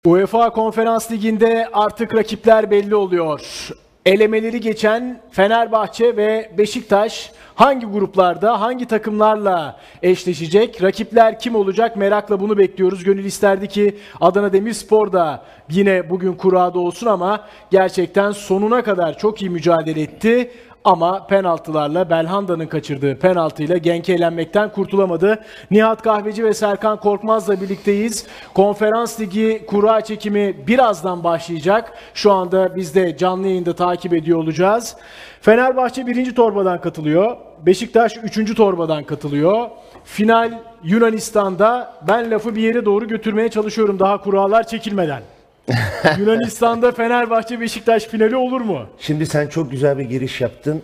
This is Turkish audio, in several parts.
UEFA Konferans Ligi'nde artık rakipler belli oluyor. Elemeleri geçen Fenerbahçe ve Beşiktaş hangi gruplarda, hangi takımlarla eşleşecek? Rakipler kim olacak? Merakla bunu bekliyoruz. Gönül isterdi ki Adana Demirspor da yine bugün kurada olsun ama gerçekten sonuna kadar çok iyi mücadele etti. Ama penaltılarla, Belhanda'nın kaçırdığı penaltıyla Genk'e elenmekten kurtulamadı. Nihat Kahveci ve Serkan Korkmaz'la birlikteyiz. Konferans Ligi kura çekimi birazdan başlayacak. Şu anda biz de canlı yayında takip ediyor olacağız. Fenerbahçe 1. torbadan katılıyor. Beşiktaş 3. torbadan katılıyor. Final Yunanistan'da. Ben lafı bir yere doğru götürmeye çalışıyorum daha kuralar çekilmeden. Yunanistan'da Fenerbahçe Beşiktaş finali olur mu? Şimdi sen çok güzel bir giriş yaptın.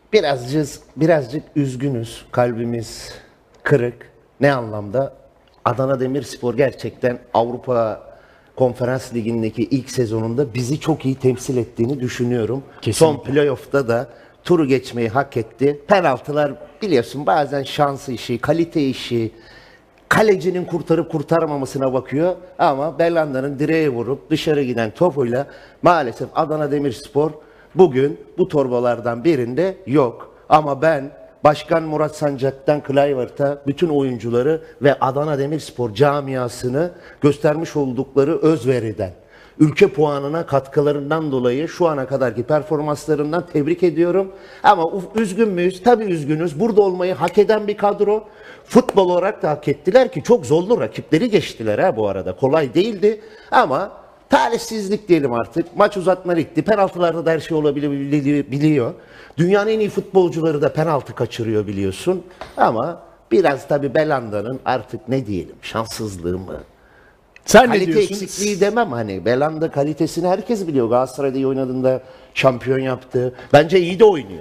Birazcık üzgünüz. Kalbimiz kırık. Ne anlamda? Adana Demirspor gerçekten Avrupa Konferans Ligi'ndeki ilk sezonunda bizi çok iyi temsil ettiğini düşünüyorum. Kesinlikle. Son playoff'ta da turu geçmeyi hak etti. Penaltılar biliyorsun bazen şans işi, kalite işi, kalecinin kurtarıp kurtarmamasına bakıyor ama Belhanda'nın direğe vurup dışarı giden topuyla maalesef Adana Demirspor bugün bu torbalardan birinde yok. Ama ben Başkan Murat Sancak'tan Kluivert'a bütün oyuncuları ve Adana Demirspor camiasını göstermiş oldukları özveriden, ülke puanına katkılarından dolayı şu ana kadarki performanslarından tebrik ediyorum. Ama üzgün müyüz? Tabii üzgünüz. Burada olmayı hak eden bir kadro. Futbol olarak da hak ettiler ki çok zorlu rakipleri geçtiler ha bu arada. Kolay değildi ama talihsizlik diyelim artık. Maç uzatmalara gitti. Penaltılarda da her şey olabiliyor. Dünyanın en iyi futbolcuları da penaltı kaçırıyor biliyorsun. Ama biraz tabii Belhanda'nın artık ne diyelim şanssızlığı mı? Sen ne Kalite diyorsun? eksikliği demem hani. Belhanda kalitesini herkes biliyor. Galatasaray'da iyi oynadığında şampiyon yaptı. Bence iyi de oynuyor.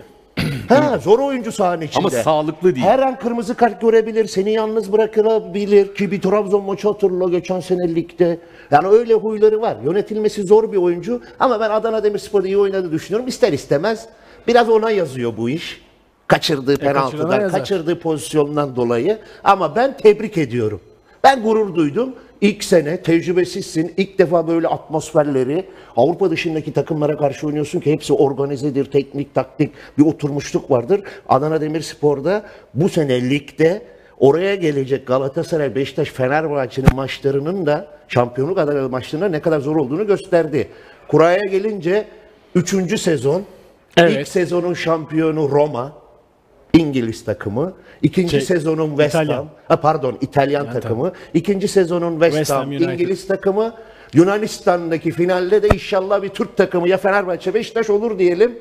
Zor oyuncu sahanın içinde. Ama sağlıklı değil. Her an kırmızı kart görebilir, seni yalnız bırakabilir ki bir Trabzon maçı hatırla geçen sene ligde. Yani öyle huyları var. Yönetilmesi zor bir oyuncu ama ben Adana Demirspor'da iyi oynadığını düşünüyorum. İster istemez biraz ona yazıyor bu iş. Kaçırdığı penaltıdan, kaçırdığı pozisyondan dolayı. Ama ben tebrik ediyorum. Ben gurur duydum. İlk sene tecrübesizsin. İlk defa böyle atmosferleri Avrupa dışındaki takımlara karşı oynuyorsun ki hepsi organizedir, teknik, taktik bir oturmuşluk vardır. Adana Demirspor'da bu sene ligde oraya gelecek Galatasaray, Beşiktaş, Fenerbahçe'nin maçlarının da şampiyonluk adaylığı maçlarının ne kadar zor olduğunu gösterdi. Kuraya gelince 3. sezon, ilk sezonun şampiyonu Roma. İngiliz takımı. İkinci sezonun West Ham. İtalyan takımı. İkinci sezonun West Ham İngiliz takımı. Yunanistan'daki finalde de inşallah bir Türk takımı ya Fenerbahçe Beşiktaş olur diyelim.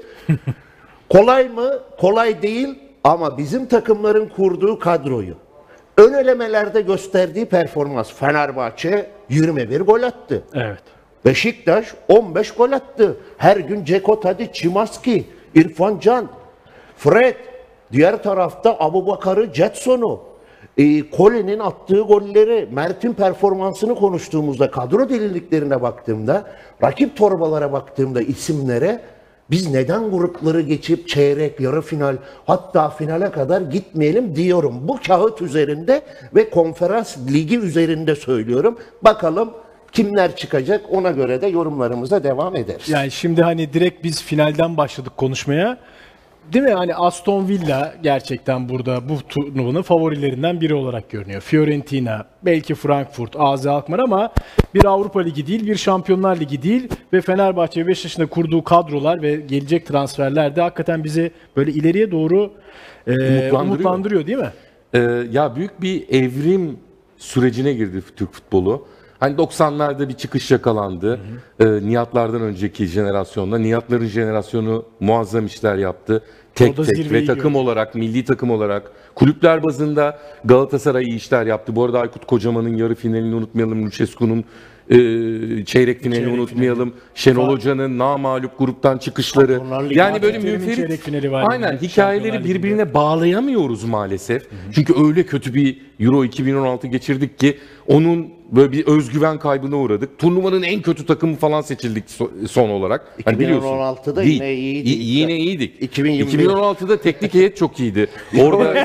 Kolay mı? Kolay değil ama bizim takımların kurduğu kadroyu ön elemelerde gösterdiği performans Fenerbahçe 21 gol attı. Evet. Beşiktaş 15 gol attı. Her gün Ceko Tadic, Çimaski, İrfan Can, Fred. Diğer tarafta Abubakar'ı, Jetson'u, Colin'in attığı golleri, Mert'in performansını konuştuğumuzda, kadro derinliklerine baktığımda, rakip torbalara baktığımda isimlere biz neden grupları geçip çeyrek, yarı final hatta finale kadar gitmeyelim diyorum. Bu kağıt üzerinde ve konferans ligi üzerinde söylüyorum. Bakalım kimler çıkacak ona göre de yorumlarımıza devam ederiz. Yani şimdi hani direkt biz finalden başladık konuşmaya. Değil mi? Hani Aston Villa gerçekten burada bu turnuvanın favorilerinden biri olarak görünüyor. Fiorentina, belki Frankfurt, AZ Alkmaar ama bir Avrupa Ligi değil, bir Şampiyonlar Ligi değil ve Fenerbahçe ve Beşiktaş'ın kurduğu kadrolar ve gelecek transferler de hakikaten bizi böyle ileriye doğru umutlandırıyor değil mi? Ya büyük bir evrim sürecine girdi Türk futbolu. Hani 90'larda bir çıkış yakalandı. Nihatlardan önceki jenerasyonda. Nihatların jenerasyonu muazzam işler yaptı. Tek ve takım olarak, milli takım olarak. Kulüpler bazında Galatasaray iyi işler yaptı. Bu arada Aykut Kocaman'ın yarı finalini unutmayalım. Lucescu'nun çeyrek finalini unutmayalım. Şenol Hoca'nın namağlup gruptan çıkışları. Yani böyle münferit. Aynen hikayeleri birbirine bağlayamıyoruz maalesef. Çünkü öyle kötü bir Euro 2016 geçirdik ki onun Böyle bir özgüven kaybına uğradık. Turnuvanın en kötü takımı falan seçildik son olarak. Hani biliyorsun. 2016'da Değil. yine iyiydik. Yine iyiydik. 2021. 2016'da teknik heyet çok iyiydi. Orada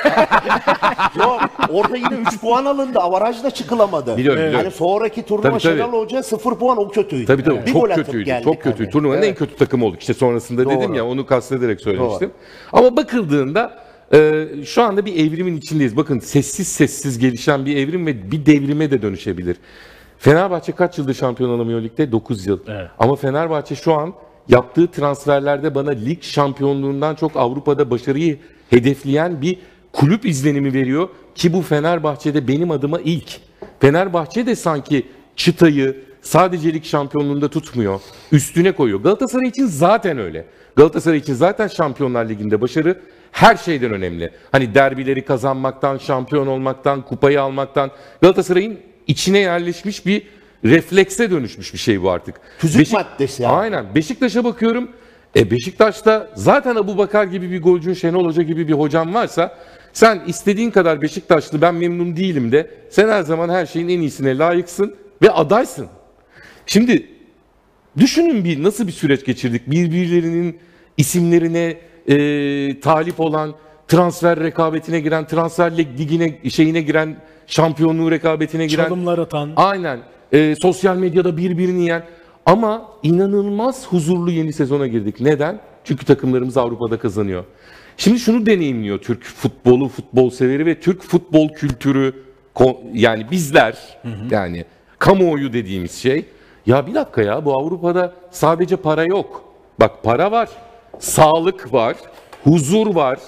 Yok, orada yine 3 puan alındı. Avarajla çıkılamadı. Biliyorum. Hani sonraki turnuva Tabii, tabii. Şenol Hoca 0 puan o kötüydü. tabii Bir çok gol atıp kötüydü. geldik Çok kötüydü. hani. Turnuvanın en Evet. kötü takımı olduk. İşte sonrasında Doğru. dedim ya, onu kastederek söylemiştim. Ama bakıldığında şu anda bir evrimin içindeyiz. Bakın, sessiz sessiz gelişen bir evrim ve bir devrime de dönüşebilir. Fenerbahçe kaç yıldır şampiyon olamıyor ligde? 9 yıl. Evet. Ama Fenerbahçe şu an yaptığı transferlerde bana lig şampiyonluğundan çok Avrupa'da başarıyı hedefleyen bir kulüp izlenimi veriyor ki bu Fenerbahçe'de benim adıma ilk. Fenerbahçe de sanki çıtayı sadece lig şampiyonluğunda tutmuyor, üstüne koyuyor. Galatasaray için zaten öyle. Galatasaray için zaten Şampiyonlar Ligi'nde başarı her şeyden önemli. Hani derbileri kazanmaktan, şampiyon olmaktan, kupayı almaktan, Galatasaray'ın içine yerleşmiş bir reflekse dönüşmüş bir şey bu artık. Tüzük maddesi yani. Aynen. Beşiktaş'a bakıyorum. Beşiktaş'ta zaten Abubakar gibi bir golcün, Şenol Hoca gibi bir hocam varsa, sen istediğin kadar Beşiktaşlı ben memnun değilim de, sen her zaman her şeyin en iyisine layıksın ve adaysın. Şimdi düşünün bir nasıl bir süreç geçirdik. Birbirlerinin isimlerine talip olan, transfer rekabetine giren, transfer ligine şeyine giren, şampiyonluğu rekabetine giren. Çalımlar atan. Aynen. Sosyal medyada birbirini yiyen. Ama inanılmaz huzurlu yeni sezona girdik. Neden? Çünkü takımlarımız Avrupa'da kazanıyor. Şimdi şunu deneyimliyor Türk futbolu, futbol severi ve Türk futbol kültürü, yani bizler, yani kamuoyu dediğimiz şey. Ya bir dakika ya, bu Avrupa'da sadece para yok. Bak, para var, sağlık var, huzur var.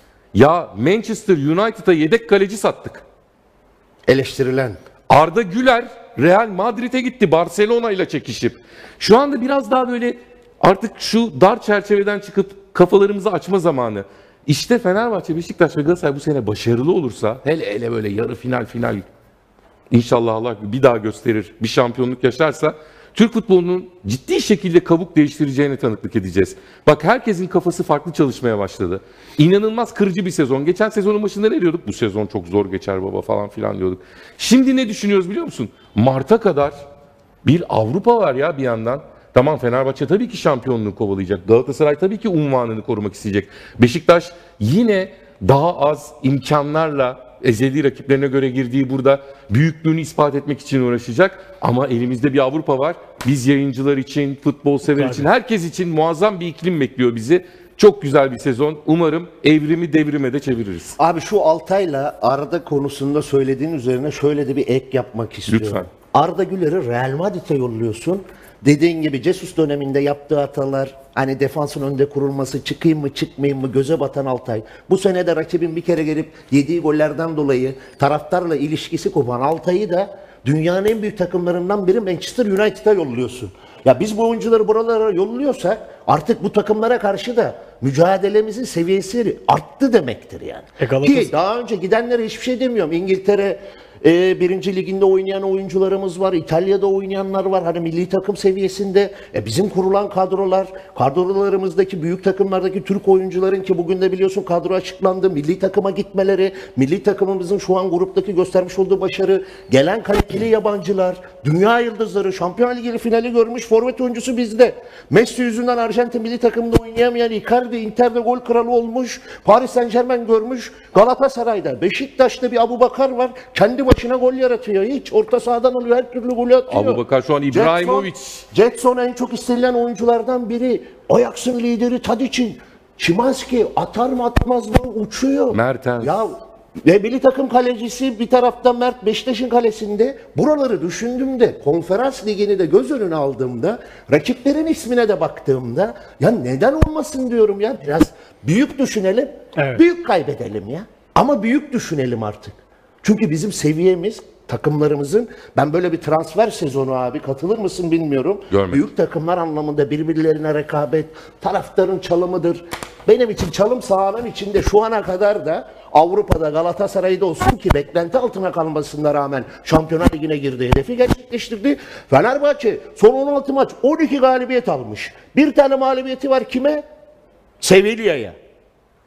Ya Manchester United'a yedek kaleci sattık. Eleştirilen. Arda Güler Real Madrid'e gitti Barcelona ile çekişip. Şu anda biraz daha böyle artık şu dar çerçeveden çıkıp kafalarımızı açma zamanı. İşte Fenerbahçe, Beşiktaş ve Galatasaray bu sene başarılı olursa, hele böyle yarı final İnşallah Allah bir daha gösterir, bir şampiyonluk yaşarsa, Türk futbolunun ciddi şekilde kabuk değiştireceğine tanıklık edeceğiz. Bak, herkesin kafası farklı çalışmaya başladı. İnanılmaz kırıcı bir sezon. Geçen sezonun başında ne diyorduk? Bu sezon çok zor geçer baba falan filan diyorduk. Şimdi ne düşünüyoruz biliyor musun? Mart'a kadar bir Avrupa var ya bir yandan. Tamam, Fenerbahçe tabii ki şampiyonluğu kovalayacak. Galatasaray tabii ki unvanını korumak isteyecek. Beşiktaş yine daha az imkanlarla ezeli rakiplerine göre girdiği burada büyüklüğünü ispat etmek için uğraşacak. Ama elimizde bir Avrupa var. Biz yayıncılar için, futbol sever için, herkes için muazzam bir iklim bekliyor bizi. Çok güzel bir sezon. Umarım evrimi devrime de çeviririz. Abi şu Altay'la Arda konusunda söylediğin üzerine şöyle de bir ek yapmak istiyorum. Lütfen. Arda Güler'i Real Madrid'e yolluyorsun. Dediğin gibi Jesus döneminde yaptığı hatalar, hani defansın önde kurulması, çıkayım mı çıkmayayım mı göze batan Altay. Bu sene de rakibin bir kere gelip yediği gollerden dolayı taraftarla ilişkisi kopan Altay'ı da dünyanın en büyük takımlarından biri Manchester United'a yolluyorsun. Ya biz bu oyuncuları buralara yolluyorsak artık bu takımlara karşı da mücadelemizin seviyesi arttı demektir yani. Ki daha önce gidenlere hiçbir şey demiyorum. İngiltere birinci liginde oynayan oyuncularımız var. İtalya'da oynayanlar var. Hani milli takım seviyesinde. Bizim kurulan kadrolarımızdaki büyük takımlardaki Türk oyuncuların, ki bugün de biliyorsun kadro açıklandı. Milli takıma gitmeleri, milli takımımızın şu an gruptaki göstermiş olduğu başarı, gelen kaliteli yabancılar, dünya yıldızları, Şampiyonlar Ligi finali görmüş forvet oyuncusu bizde. Messi yüzünden Arjantin milli takımında oynayamayan Icardi Inter'de gol kralı olmuş. Paris Saint-Germain görmüş. Galatasaray'da, Beşiktaş'ta bir Abubakar var. Kendi başına gol yaratıyor. Hiç orta sahadan alıyor, her türlü golü atıyor. Abubakar şu an İbrahimovic. Jetson en çok istenilen oyunculardan biri. Ajax'ın lideri Tadic'in. Szymanski atar mı atmaz mı uçuyor. Mertens. Ya ve milli takım kalecisi bir taraftan Mert, Beşiktaş'ın kalesinde. Buraları düşündüğümde, konferans ligini de göz önüne aldığımda, rakiplerin ismine de baktığımda, ya neden olmasın diyorum ya. Biraz büyük düşünelim, büyük kaybedelim ya. Ama büyük düşünelim artık. Çünkü bizim seviyemiz, takımlarımızın, ben böyle bir transfer sezonu abi, katılır mısın bilmiyorum. Görmedim. Büyük takımlar anlamında birbirlerine rekabet, taraftarın çalımıdır. Benim için çalım sahanın içinde şu ana kadar da Avrupa'da Galatasaray'da olsun ki beklenti altına kalmasına rağmen Şampiyonlar Ligi'ne girdi, hedefi gerçekleştirdi. Fenerbahçe son 16 maç 12 galibiyet almış. Bir tane mağlubiyeti var kime? Sevilla'ya.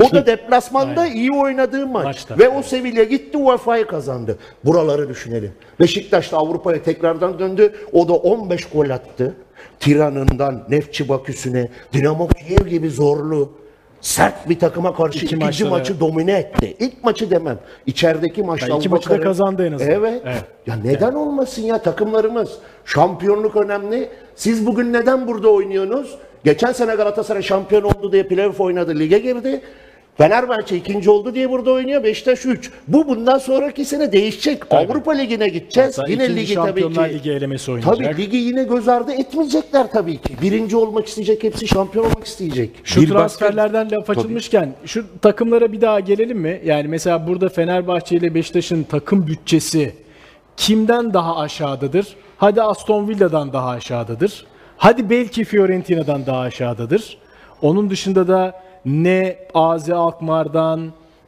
O da deplasmanda iyi oynadığı maç. Maçta. Ve o Sevilla gitti UEFA'yı kazandı. Buraları düşünelim. Beşiktaş da Avrupa'ya tekrardan döndü. O da 15 gol attı. Tiran'ından Neftçi Baküsü'ne, Dinamo Kiev gibi zorlu, sert bir takıma karşı İki ikinci maçta da- maçı domine etti. İlk maçı demem. İçerideki maçta Ya iki maçı da kazandı en azından. Evet. Evet. Ya neden olmasın ya, takımlarımız? Şampiyonluk önemli. Siz bugün neden burada oynuyorsunuz? Geçen sene Galatasaray şampiyon oldu diye playoff oynadı, lige girdi. Fenerbahçe ikinci oldu diye burada oynuyor. Beşiktaş 3. Bundan sonraki sene değişecek. Avrupa Ligi'ne gideceğiz. Hatta Yine ikinci ligi tabii Şampiyonlar ki. Ligi elemesi oynayacak. Tabii ligi yine göz ardı etmeyecekler tabii ki. Birinci olmak isteyecek, hepsi şampiyon olmak isteyecek. Şu Bir başka- transferlerden laf açılmışken şu takımlara bir daha gelelim mi? Yani mesela burada Fenerbahçe ile Beşiktaş'ın takım bütçesi kimden daha aşağıdadır? Hadi Aston Villa'dan daha aşağıdadır. Hadi belki Fiorentina'dan daha aşağıdadır. Onun dışında da ne AZ Alkmaar'dan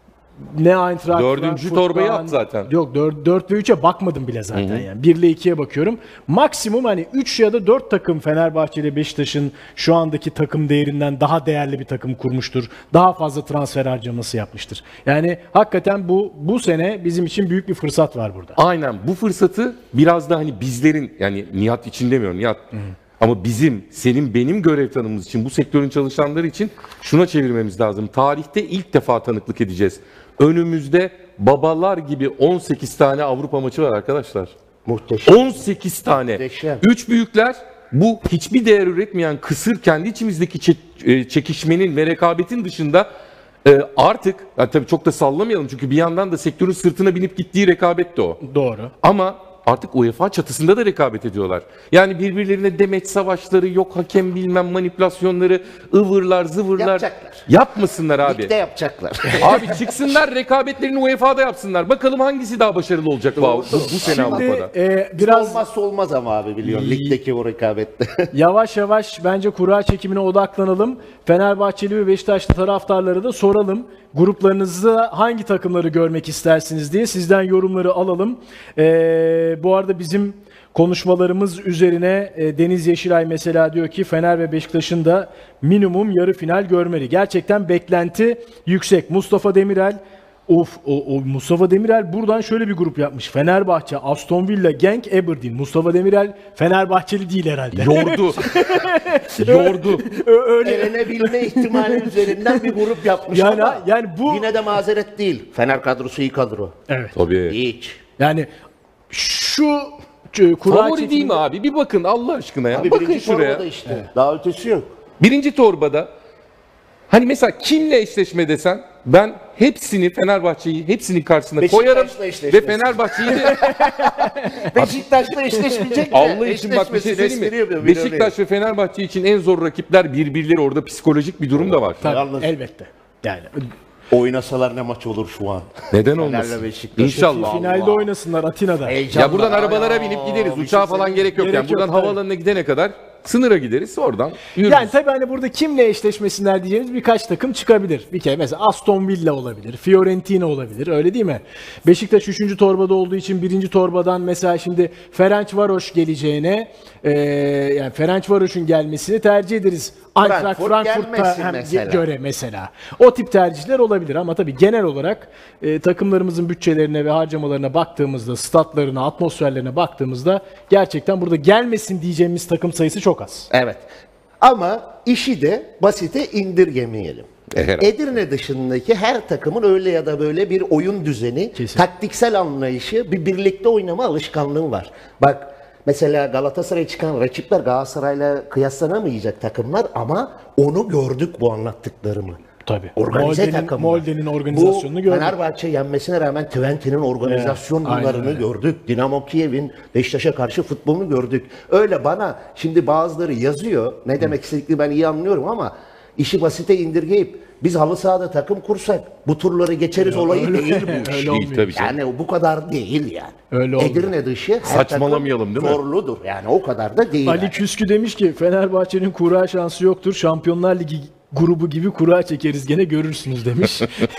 ne Eintracht Dördüncü Frankfurt'tan- torbayı at zaten. Yok 4 ve 3'e bakmadım bile zaten yani. 1 ile 2'ye bakıyorum. Maksimum hani 3 ya da 4 takım Fenerbahçe ile Beşiktaş'ın şu andaki takım değerinden daha değerli bir takım kurmuştur. Daha fazla transfer harcaması yapmıştır. Yani hakikaten bu sene bizim için büyük bir fırsat var burada. Aynen, bu fırsatı biraz da hani bizlerin, yani Nihat için demiyorum Nihat, ama bizim, senin, benim görev tanımımız için, bu sektörün çalışanları için şuna çevirmemiz lazım. Tarihte ilk defa tanıklık edeceğiz. Önümüzde babalar gibi 18 tane Avrupa maçı var arkadaşlar. Muhteşem. 18 tane. Muhteşem. 3 büyükler, bu hiçbir değer üretmeyen kısır, kendi içimizdeki çekişmenin ve rekabetin dışında artık, yani tabii çok da sallamayalım çünkü bir yandan da sektörün sırtına binip gittiği rekabet de o. Doğru. Ama artık UEFA çatısında da rekabet ediyorlar. Yani birbirlerine demeç savaşları, yok hakem bilmem manipülasyonları, ıvırlar zıvırlar. Yapacaklar. Yapmasınlar abi. Ligde yapacaklar. Abi çıksınlar, rekabetlerini UEFA'da yapsınlar. Bakalım hangisi daha başarılı olacak bu sene Şimdi Avrupa'da. biraz Olmazsa olmaz ama abi, biliyorsun ligdeki o rekabette. yavaş yavaş bence kura çekimine odaklanalım. Fenerbahçeli ve Beşiktaşlı taraftarları da soralım. Gruplarınızda hangi takımları görmek istersiniz diye sizden yorumları alalım. Bu arada bizim konuşmalarımız üzerine Deniz Yeşilay mesela diyor ki Fener ve Beşiktaş'ın da minimum yarı final görmeli. Gerçekten beklenti yüksek. Mustafa Demirel Mustafa Demirel buradan şöyle bir grup yapmış. Fenerbahçe, Aston Villa, Genk, Aberdeen. Mustafa Demirel Fenerbahçeli değil herhalde. Yordu. Yordu. Öyle. Elenebilme ihtimali üzerinden bir grup yapmış Yani- ama yani bu- yine de mazeret değil. Fener kadrosu iyi kadro. Evet. Tabii. Hiç. Yani şu kura Favori çekimi- değil mi abi? Bir bakın Allah aşkına ya. Abi Bakın birinci şuraya. torbada işte. Daha ötesi yok. Birinci torbada hani mesela kimle eşleşme desen, ben hepsini, Fenerbahçe'yi hepsinin karşısına Beşiktaş'la koyarım eşleşmesin. ve Fenerbahçe'yi de Beşiktaş'la eşleşmeyecek de. Allah için bak bir şey söyleyeyim mi? Beşiktaş ve Fenerbahçe için en zor rakipler birbirleri, orada psikolojik bir durum da var. Tabii, Yalnız- elbette. Yani Oynasalar ne maç olur şu an. Neden Fener'le olmasın? Beşiktaş. İnşallah. finalde oynasınlar Atina'da. Ya buradan arabalara binip gideriz. bir Uçağa şey falan söyleyeyim. gerek yok. Gerek Yani buradan yok, tabii. havaalanına gidene kadar sınıra gideriz. Oradan yürürüz. Yani tabii hani burada kimle eşleşmesinler diyeceğimiz birkaç takım çıkabilir. Bir kere mesela Aston Villa olabilir, Fiorentina olabilir, öyle değil mi? Beşiktaş 3. torbada olduğu için 1. torbadan mesela şimdi Ferencvaros geleceğine yani Ferencvaros'un gelmesini tercih ederiz. Eintracht Frankfurt Frankfurt'a gelmesin hem mesela. göre mesela. O tip tercihler olabilir ama tabii genel olarak takımlarımızın bütçelerine ve harcamalarına baktığımızda, statlarına, atmosferlerine baktığımızda gerçekten burada gelmesin diyeceğimiz takım sayısı çok az. Evet. Ama işi de basite indirgemeyelim. Herhalde. Edirne dışındaki her takımın öyle ya da böyle bir oyun düzeni, Kesin. taktiksel anlayışı, bir birlikte oynama alışkanlığı var. Bak mesela Galatasaray'a çıkan rakipler Galatasaray'la kıyaslanamayacak takımlar ama onu gördük bu anlattıklarımı. Tabii. Organize takımlar. Molde'nin organizasyonunu Bu gördük. Fenerbahçe yenmesine rağmen Twente'nin organizasyon Aynen bunlarını öyle. gördük. Dinamo Kiev'in Beşiktaş'a karşı futbolunu gördük. Öyle bana şimdi bazıları yazıyor. Ne demek istediklerini ben iyi anlıyorum ama işi basite indirgeyip biz halı sahada takım kursak bu turları geçeriz olayı değil bu iş. Öyle Değil olmuyor. tabii canım. Yani bu kadar değil yani. Öyle olmuyor. Edirne dışı her Saçmalamayalım, takım değil mi? zorludur. Yani o kadar da değil. Ali yani. Küskü demiş ki Fenerbahçe'nin kura şansı yoktur. Şampiyonlar Ligi grubu gibi kura çekeriz gene görürsünüz demiş.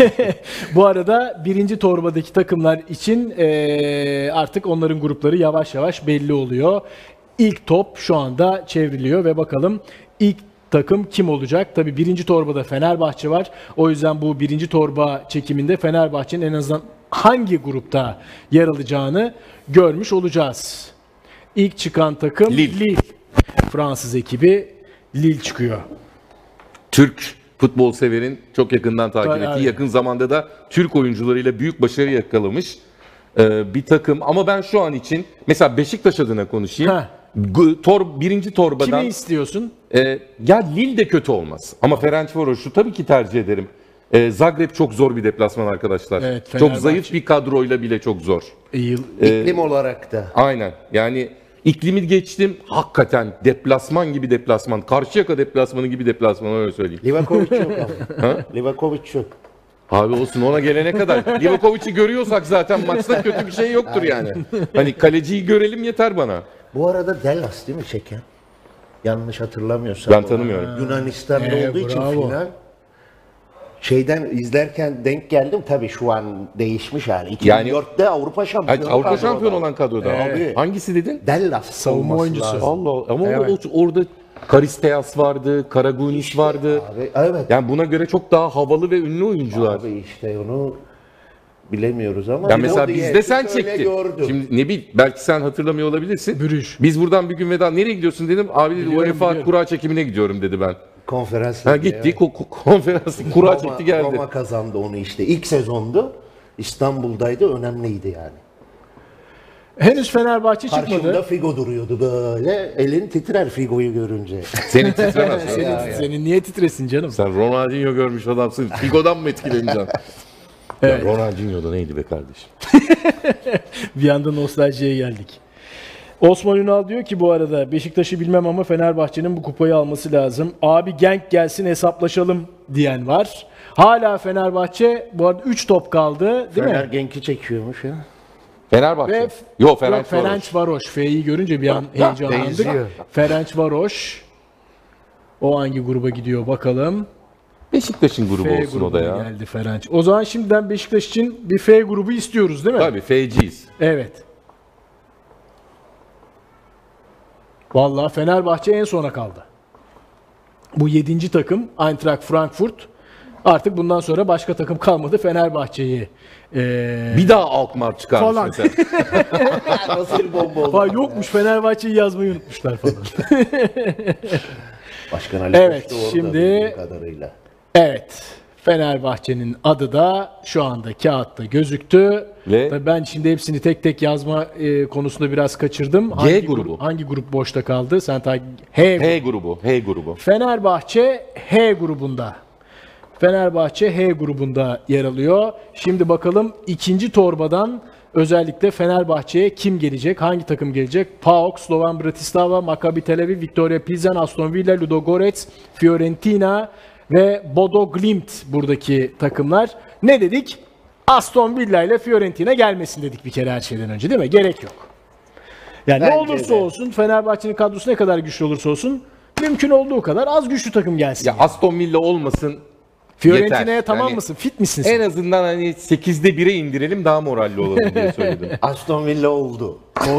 Bu arada 1. torbadaki takımlar için artık onların grupları yavaş yavaş belli oluyor. İlk top şu anda çevriliyor ve bakalım ilk takım kim olacak? Tabii birinci torbada Fenerbahçe var. O yüzden bu birinci torba çekiminde Fenerbahçe'nin en azından hangi grupta yer alacağını görmüş olacağız. İlk çıkan takım Lille. Fransız ekibi Lille çıkıyor. Türk futbol severin çok yakından takip Tabii, ettiği, evet. yakın zamanda da Türk oyuncularıyla büyük başarı yakalamış bir takım. Ama ben şu an için mesela Beşiktaş adına konuşayım. Heh. Birinci torbadan Kimi istiyorsun? ya Lille de kötü olmaz. Ama Ferencvaros'u tabii ki tercih ederim. Zagreb çok zor bir deplasman arkadaşlar. Evet, çok Fenerbahçe. zayıf bir kadroyla bile çok zor. İklim olarak da. Aynen. Yani iklimi geçtim. Hakikaten deplasman gibi deplasman. Karşıyaka deplasmanı gibi deplasman, öyle söyleyeyim. Livakovic yok ama. Livakovic yok. Abi olsun, ona gelene kadar. Livakovic'i görüyorsak zaten maçta kötü bir şey yoktur yani. Hani kaleciyi görelim yeter bana. Bu arada Dallas değil mi çeken? Yanlış hatırlamıyorsam. Ben tanımıyorum. Yunanistan'da olduğu için bravo. final. Şeyden izlerken denk geldim, tabii şu an değişmiş yani. Yani- 2004'te Avrupa şampiyonu. Avrupa kadroda. şampiyonu olan kadroda. Evet. Hangisi dedin? Dallas Savunma olması oyuncusu. lazım. Allah Allah. Ama Evet. orada Karisteas vardı, Karagunis vardı. Abi, evet. Yani buna göre çok daha havalı ve ünlü oyuncular. Abi işte onu bilemiyoruz ama. Yani mesela Lodi bizde sen Yetis öyle çektin. gördüm. Şimdi ne bil, belki sen hatırlamıyor olabilirsin. Brüj. Biz buradan bir gün veda, nereye gidiyorsun dedim. Abi dedi Biliyorum, UEFA biliyorum. kura çekimine gidiyorum dedi ben. Konferans. Ha ligi, gitti evet. konferans kura çekti geldi. Roma kazandı onu işte. İlk sezondu. İstanbul'daydı. Önemliydi yani. Henüz Fenerbahçe Karşımda çıkmadı. Figo duruyordu böyle. Elin titrer Figo'yu görünce. Senin titremez. Senin niye titresin canım? Sen Ronaldinho görmüş adamsın. Figo'dan mı etkileneceksin? Evet. Ya Ronaldinho da neydi be kardeşim? Bir anda nostaljiye geldik. Osman Ünal diyor ki bu arada Beşiktaş'ı bilmem ama Fenerbahçe'nin bu kupayı alması lazım. Abi Genk gelsin hesaplaşalım diyen var. Hala Fenerbahçe bu arada 3 top kaldı değil Fener mi? Genk'i çekiyormuş ya. Fenerbahçe. Ve Yok Fenerbahçe. Ferencvaros. F'yi görünce bir an heyecanlandık. benziyor. Ferencvaros. O hangi gruba gidiyor bakalım. Beşiktaş'ın grubu F olsun o da grubuna ya. geldi Ferenc. O zaman şimdiden Beşiktaş için bir F grubu istiyoruz değil mi? Tabii F'ciyiz. Evet. Vallahi Fenerbahçe en sona kaldı. Bu 7. takım Eintracht Frankfurt. Artık bundan sonra başka takım kalmadı. Fenerbahçe'yi Bir daha Alkmaar çıkarmış Falan. mesela. Nasıl bir bomba oldu? falan yokmuş. Fenerbahçe'yi yazmayı unutmuşlar falan. Başkan Ali Evet, Koç da orada şimdi- bildiğim kadarıyla. Evet. Fenerbahçe'nin adı da şu anda kağıtta gözüktü. Ve- Tabii ben şimdi hepsini tek tek yazma konusunda biraz kaçırdım. grubu. Hangi grup boşta kaldı? Sen H H grubu. H grubu. Fenerbahçe H grubunda. Fenerbahçe H grubunda yer alıyor. Şimdi bakalım ikinci torbadan özellikle Fenerbahçe'ye kim gelecek? Hangi takım gelecek? PAOK, Slovan Bratislava, Maccabi Tel Aviv, Viktoria Pilsen, Aston Villa, Ludogorets, Fiorentina ve Bodo Glimt buradaki takımlar. Ne dedik? Aston Villa ile Fiorentina gelmesin dedik bir kere her şeyden önce değil mi? Gerek yok. Yani ne Bence olursa de. olsun Fenerbahçe'nin kadrosu ne kadar güçlü olursa olsun mümkün olduğu kadar az güçlü takım gelsin. Ya Aston Villa olmasın. Fiorentina'ya yeter. tamam Yani mısın? Fit misin sen? En azından hani 8'de 1'e indirelim, daha moralli olalım diye söyledim. Aston Villa oldu.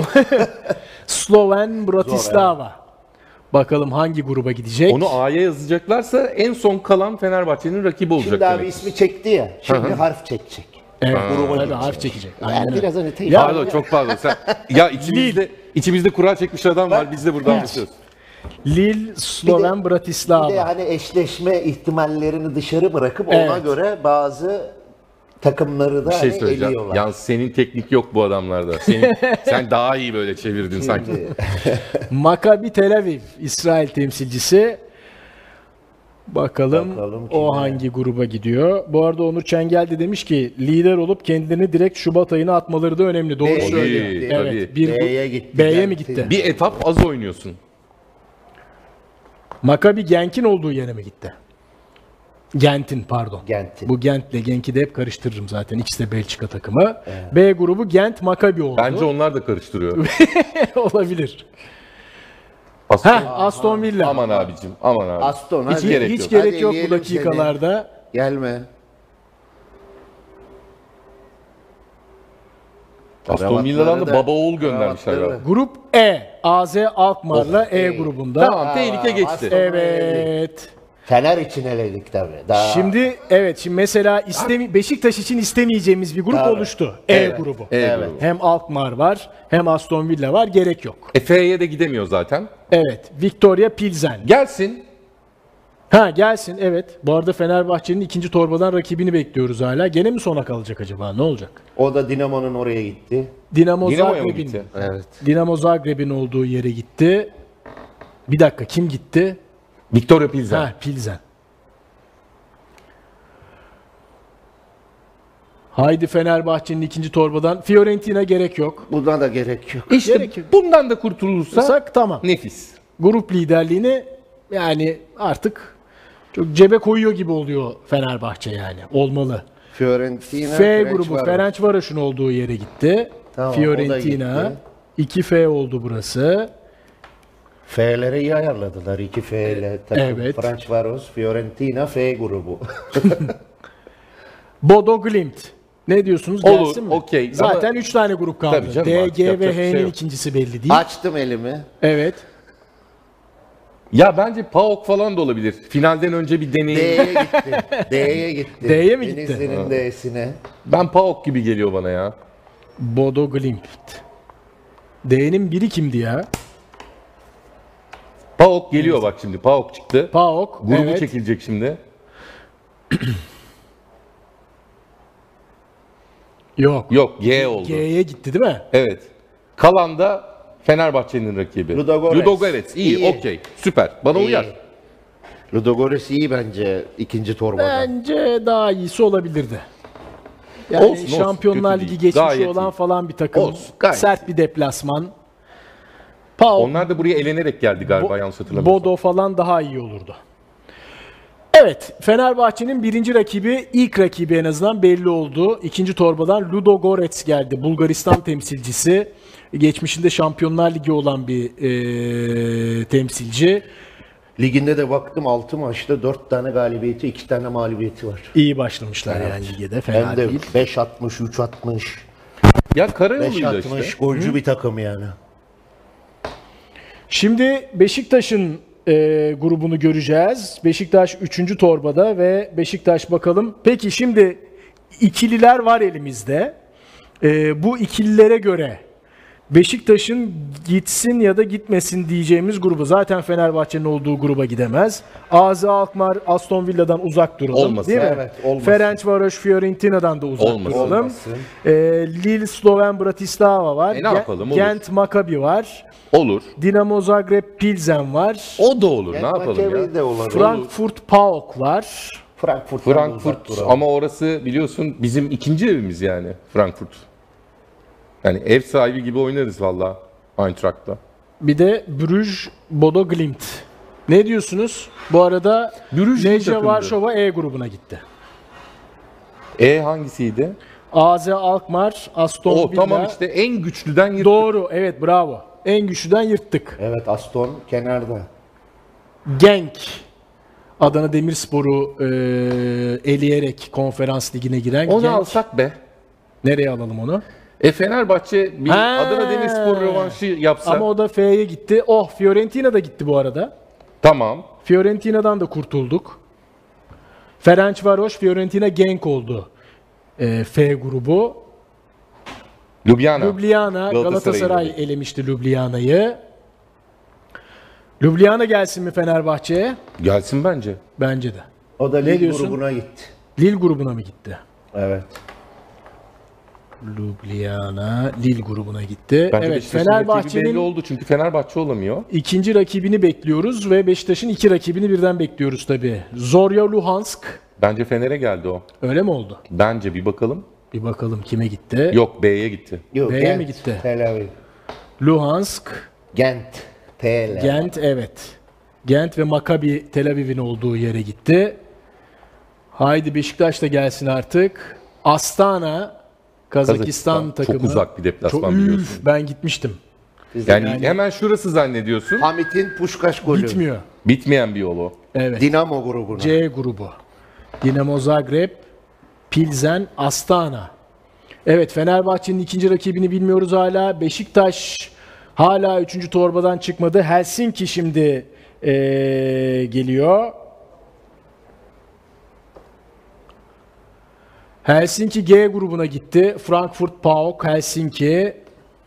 Sloven Bratislava. Bakalım hangi gruba gidecek? Onu A'ya yazacaklarsa en son kalan Fenerbahçe'nin rakibi olacak Şimdi abi demek. ismi çekti ya. Şimdi harf çekecek. Evet, Gruba tabii gidecek. harf çekecek. Yani Aynen öyle. biraz hani Ya- Pardon, çok pardon. Sen, ya içimizde kura çekmiş adam var. Biz de burada anlatıyoruz. Lille, Sloven Bir de Bratislava. hani eşleşme ihtimallerini dışarı bırakıp ona Evet. göre bazı takımları da Bir şey hani söyleyeceğim. eliyorlar. Yalnız senin teknik yok bu adamlarda. Sen daha iyi böyle çevirdin sanki. Maccabi Tel Aviv, İsrail temsilcisi. Bakalım Bakalım o kime? hangi gruba gidiyor. Bu arada Onur Çengel de demiş ki lider olup kendilerini direkt Şubat ayına atmaları da önemli. Doğru Tabii, söylüyor. tabii. Evet. Bir B'ye gitti. B'ye mi Geldi. gitti? Bir etap az oynuyorsun. Maccabi Genk'in olduğu yere mi gitti? Gent'in pardon. Gent'in. Bu Gent'le Genk'i de hep karıştırırım zaten. İkisi de Belçika takımı. B grubu Gent Maccabi oldu. Bence onlar da karıştırıyor. olabilir. Aston, Aston Villa. aman abicim, aman abi. Aston, Hiç hadi. gerek Hiç yok. gerek Hadi yok bu eleyelim dakikalarda. Gelme. Aston Villa'dan da Kravatları baba oğul göndermişler kravatları. galiba. Grup E. AZ Alkmaar'la E grubunda. Tamam, tehlike geçti. Aston Evet. Fener için eledik tabii. Daha... Şimdi mesela Beşiktaş için istemeyeceğimiz bir grup Tabii. oluştu. E Evet. grubu. Evet. Hem Alkmaar var, hem Aston Villa var. Gerek yok. Efe'ye de gidemiyor zaten. Evet. Victoria Pilsen. Gelsin. Gelsin. Evet. Bu arada Fenerbahçe'nin ikinci torbadan rakibini bekliyoruz hala. Gene mi sona kalacak acaba? Ne olacak? O da Dinamo'nun oraya gitti. Dinamo Dinamo'ya mı Zagreb'in. gitti? Evet. Dinamo Zagreb'in olduğu yere gitti. Bir dakika, kim gitti? Victoria Pilsen. Pilsen. Haydi Fenerbahçe'nin ikinci torbadan. Fiorentina gerek yok. Buna da gerek yok. İşte Gerek yok. bundan da kurtulursa Sak tamam. nefis. Grup liderliğini yani artık çok cebe koyuyor gibi oluyor Fenerbahçe yani. Olmalı. Fiorentina, F grubu Ferencvaros. Ferencvaros'un olduğu yere gitti. Tamam, o da Fiorentina. gitti. 2F oldu burası. F'leri iyi ayarladılar. 2 F ile takım. Evet. Ferencvaros, Fiorentina, F grubu. Bodo Glimt. Ne diyorsunuz? Olur, Gelsin mi? okey. Zaten Ama- 3 tane grup kaldı. Tabii canım, D, artık G ve yapacak bir şey H'nin yok. ikincisi belli değil. Açtım elimi. Evet. Ya bence PAOK falan da olabilir. Finalden önce bir deneyim. D'ye gitti. D'ye gitti. D'ye mi gitti? Denizli'nin D'sine. Ben PAOK gibi geliyor bana ya. Bodo Glimt. D'nin biri kimdi ya? PAOK geliyor bak şimdi. PAOK çıktı. PAOK. Grubu evet. çekilecek şimdi. Yok. Yok, G oldu. G'ye gitti değil mi? Evet. Kalan da Fenerbahçe'nin rakibi. Ludogorets. İyi, İyi. okey. Süper. Bana İyi. uyar. Ludogorets iyi bence ikinci torbadan. Bence daha iyisi olabilirdi. Yani Olsun, Şampiyonlar kötü Ligi değil. geçmişi Gayet olan iyi. falan bir takım. Olsun, gayet Sert bir deplasman. PAOK, Onlar da buraya elenerek geldi galiba yanlış hatırlamıyorsam. Bodo falan daha iyi olurdu. Evet, Fenerbahçe'nin birinci rakibi, ilk rakibi en azından belli oldu. İkinci torbadan Ludogorets geldi. Bulgaristan temsilcisi. Geçmişinde Şampiyonlar Ligi olan bir temsilci. Liginde de baktım 6 maçta 4 tane galibiyeti, 2 tane mağlubiyeti var. İyi başlamışlar yani ligde. Fena Hem de değil. 5-60, 3-60, Ya Karayolu'yla 5-60 işte. golcü bir takım yani. Şimdi Beşiktaş'ın grubunu göreceğiz. Beşiktaş 3. torbada ve Beşiktaş bakalım. Peki şimdi ikililer var elimizde. Bu ikililere göre Beşiktaş'ın gitsin ya da gitmesin diyeceğimiz grubu. Zaten Fenerbahçe'nin olduğu gruba gidemez. AZ Alkmaar, Aston Villa'dan uzak duralım. Olmasın. Değil mi? Evet, olmasın. Ferencvaros, Fiorentina'dan da uzak Olmasın. duralım. Olmasın. Lille, Sloven, Bratislava var. Ne yapalım, olur. Gent, Maccabi var. Olur. Dinamo Zagreb, Pilsen var. O da olur. Ne Yani yapalım ya? Maccabi de olur. Frankfurt, PAOK var. Frankfurt ama orası biliyorsun bizim ikinci evimiz yani Frankfurt. Yani ev sahibi gibi oynarız valla Eintracht'la. Bir de Bruges, Bodo Glimt. Ne diyorsunuz? Bu arada Bruges iyi Legia takımdı. Varşova E grubuna gitti. Hangisiydi? AZ Alkmaar, Aston O Villa. tamam işte en güçlüden yırttık. Doğru, evet bravo. En güçlüden yırttık. Evet, Aston kenarda. Genk. Adana Demirspor'u eleyerek konferans ligine giren Onu Genk. alsak be. Nereye alalım onu? Fenerbahçe bir Ha. Adana Demirspor rövanşı yapsa. Ama o da F'ye gitti. Oh, Fiorentina da gitti bu arada. Tamam. Fiorentina'dan da kurtulduk. Ferencvaros, Fiorentina, Genk oldu. F grubu. Ljubljana. Ljubljana, Galatasaray eledik. elemişti Ljubljana'yı. Ljubljana gelsin mi Fenerbahçe'ye? Gelsin bence. Bence de. O da Ne lig diyorsun? grubuna gitti. Lille grubuna mı gitti? Evet. Ljubljana, Lille grubuna gitti. Bence Evet, Beşiktaş'ın rakibi belli Fenerbahçe'nin oldu çünkü Fenerbahçe olamıyor. ikinci rakibini bekliyoruz ve Beşiktaş'ın iki rakibini birden bekliyoruz tabii. Zorya Luhansk. Bence Fener'e geldi o. Öyle mi oldu? Bence bir bakalım. Bir bakalım kime gitti? Yok B'ye gitti. Yok, B'ye Gent, mi gitti? Tel Aviv. Luhansk, Gent. TL. Gent, evet. Gent ve Maccabi Tel Aviv'in olduğu yere gitti. Haydi Beşiktaş da gelsin artık. Astana, Kazakistan takımı. Çok uzak bir deplasman Çok- biliyorsun. Ben gitmiştim. Yani, hemen şurası zannediyorsun. Hamit'in Puşkaş golü. Bitmiyor. Bitmeyen bir yol o. Evet. Dinamo grubuna. C grubu. Dinamo Zagreb, Pilsen, Astana. Evet, Fenerbahçe'nin ikinci rakibini bilmiyoruz hala. Beşiktaş hala 3. torbadan çıkmadı. Helsinki şimdi geliyor. Helsinki G grubuna gitti. Frankfurt, PAOK, Helsinki.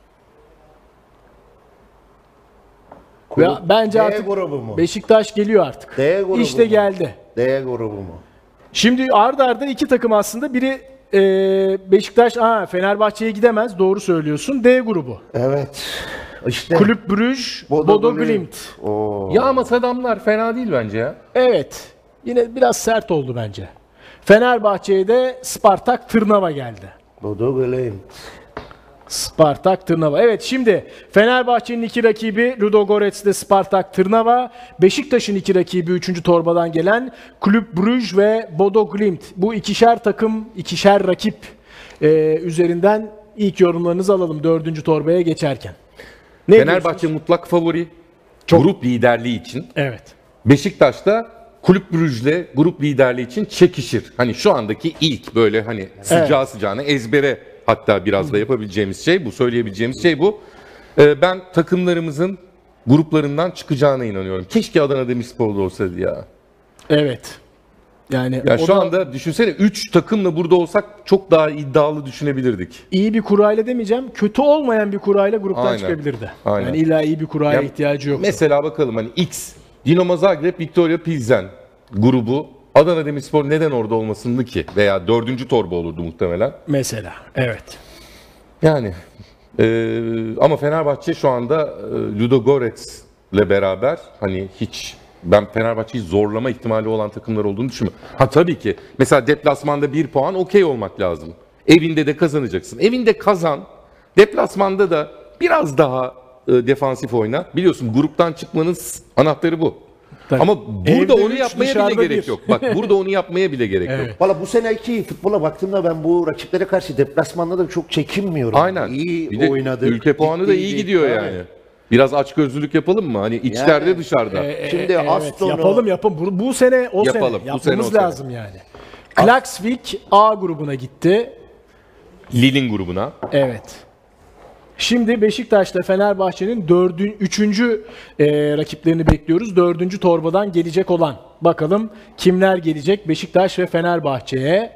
Ve bence D artık grubu mu? Beşiktaş geliyor artık. D grubu İşte mu? geldi. D grubu mu? Şimdi arda arda iki takım aslında. Biri Beşiktaş, Fenerbahçe'ye gidemez. Doğru söylüyorsun. D grubu. Evet. İşte. Kulüp Brüj, Bodo Glimt. Oo. Ya ama adamlar fena değil bence ya. Evet. Yine biraz sert oldu bence. Fenerbahçe'ye de Spartak Trnava geldi. Bodo Glimt. Spartak Trnava. Evet, şimdi Fenerbahçe'nin iki rakibi Ludogorets'te Spartak Trnava. Beşiktaş'ın iki rakibi 3. torbadan gelen Kulüp Brüj ve Bodo Glimt. Bu ikişer takım, ikişer rakip üzerinden ilk yorumlarınızı alalım 4. torbaya geçerken. Ne Fenerbahçe diyorsunuz? mutlak favori. Grup liderliği için. Evet. Beşiktaş da Kulüp Brüj'le grup liderliği için çekişir. Hani şu andaki ilk böyle hani sıcağı sıcağına ezbere hatta biraz da yapabileceğimiz şey bu, söyleyebileceğimiz şey bu. Ben takımlarımızın gruplarından çıkacağına inanıyorum. Keşke Adana Demirspor'da olsaydı ya. Evet. Yani Ya o şu da anda düşünsene 3 takımla burada olsak çok daha iddialı düşünebilirdik. iyi bir kurayla demeyeceğim, kötü olmayan bir kurayla gruptan Aynen. çıkabilirdi. Aynen. Yani illa iyi bir kuraya Ya ihtiyacı yok. Mesela bakalım hani X, Dinamo Zagreb, Victoria Pilsen grubu Adana Demirspor neden orada olmasındı ki? Veya 4. torba olurdu muhtemelen. Mesela. Evet. Yani ama Fenerbahçe şu anda Ludogorets'le beraber hani hiç ben Fenerbahçe'yi zorlama ihtimali olan takımlar olduğunu düşünmüyorum. Ha tabii ki mesela deplasmanda 1 puan okey olmak lazım. Evinde de kazanacaksın. Evinde kazan. Deplasmanda da biraz daha defansif oyna. Biliyorsun gruptan çıkmanın anahtarı bu. Tabii. Ama burada Evde onu üç, yapmaya bile dışarıda gerek bir. yok. Bak burada onu yapmaya bile gerek yok. Evet. Valla bu seneki futbola baktığımda ben bu rakiplere karşı deplasmanda da çok çekinmiyorum. Aynen. İyi Bir de oynadık. ülke puanı da iyi ciddiydik. gidiyor Tabii. yani. Biraz açgözlülük yapalım mı? Hani içlerde Yani, dışarıda. Şimdi Evet, Aston'u yapalım. Bu sene o Yapalım, sene. bu sene Yapmamız o sene. lazım yani. Klaksvik A grubuna gitti. Lille'in grubuna. Evet. Şimdi Beşiktaş'ta Fenerbahçe'nin 3. rakiplerini bekliyoruz. 4. torbadan gelecek olan. Bakalım kimler gelecek Beşiktaş ve Fenerbahçe'ye.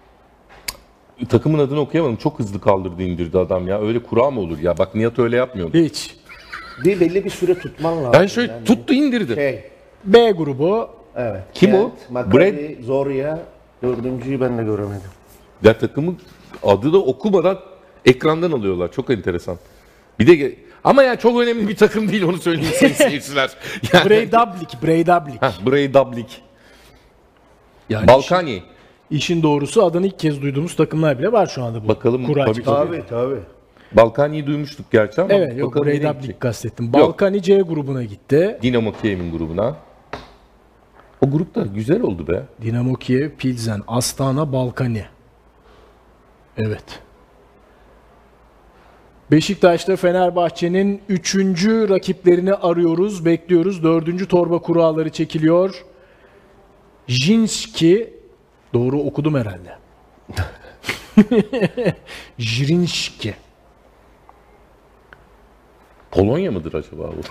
Takımın adını okuyamadım. Çok hızlı kaldırdı indirdi adam ya. Öyle kura mı olur ya? Bak Nihat öyle yapmıyordu. Hiç. belli bir süre tutman lazım. Yani şöyle tuttu indirdi. B grubu. Evet. Kim o? Maccabi, Zorya. Dördüncüyü ben de göremedim. Ya takımın adı da okumadan ekrandan alıyorlar. Çok enteresan. Bir de ama yani çok önemli bir takım değil onu söyleyeyim sayın seyirciler. Yani, Breidablik. Breidablik. Yani Balkani. işin doğrusu adını ilk kez duyduğumuz takımlar bile var şu anda bu. Bakalım, kura tabii, açıklanıyor. Tabii. Balkani'yi duymuştuk gerçi ama Evet, yok bakalım nereye Breidablik gidecek. kastettim. Balkani C grubuna gitti. Dinamo Kiev'in grubuna. O grup da güzel oldu be. Dinamo Kiev, Pilsen, Astana, Balkani. Evet. Beşiktaş'ta Fenerbahçe'nin 3. rakiplerini arıyoruz, bekliyoruz. 4. torba kuralları çekiliyor. Jinski, doğru okudum herhalde. Jirinski. Polonya mıdır acaba bu?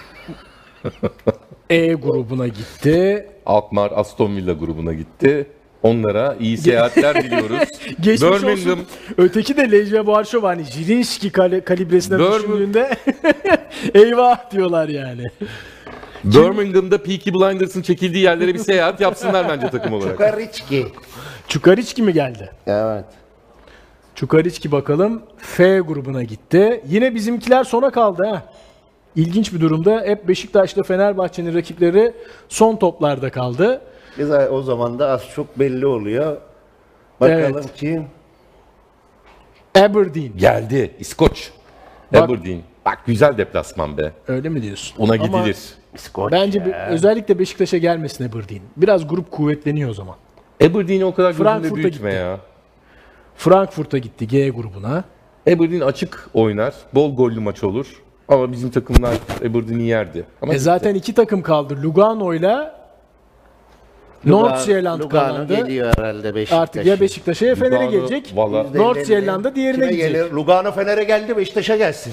E grubuna gitti. Alkmaar Aston Villa grubuna gitti. Onlara iyi seyahatler diliyoruz. Geçmiş Birmingham, olsun. Öteki de Lejia Varşova hani Jirinski kalibresine düşündüğünde eyvah diyorlar yani. Birmingham'da Peaky Blinders'ın çekildiği yerlere bir seyahat yapsınlar bence takım olarak. Çukariçki. Çukariçki mi geldi? Evet. Çukariçki bakalım F grubuna gitti. Yine bizimkiler sona kaldı ha. İlginç bir durumda. Hep Beşiktaş'la Fenerbahçe'nin rakipleri son toplarda kaldı. Biz o zaman da az çok belli oluyor. Bakalım Evet. kim? Aberdeen. Geldi İskoç. Bak- Aberdeen. Bak güzel deplasman be. Öyle mi diyorsun? Ona Ama gidilir. İskoç. bence özellikle Beşiktaş'a gelmesin Aberdeen. Biraz grup kuvvetleniyor o zaman. Aberdeen'i o kadar gözünde Frankfurt'a büyütme gitti. ya. Frankfurt'a gitti G grubuna. Aberdeen açık oynar. Bol gollü maç olur. Ama bizim takımlar Aberdeen'i yerdi. Ama Zaten iki takım kaldı. Lugano'yla Nordsjælland Lugano kazandı. geliyor herhalde Beşiktaş'a. Artık ya Beşiktaş'a ya Fener'e Lugano, gelecek. valla- Nordsjælland'a diğerine Kime gidecek. gelir? Lugano Fener'e geldi, Beşiktaş'a gelsin.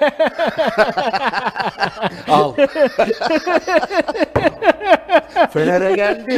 Al. Fener'e geldi.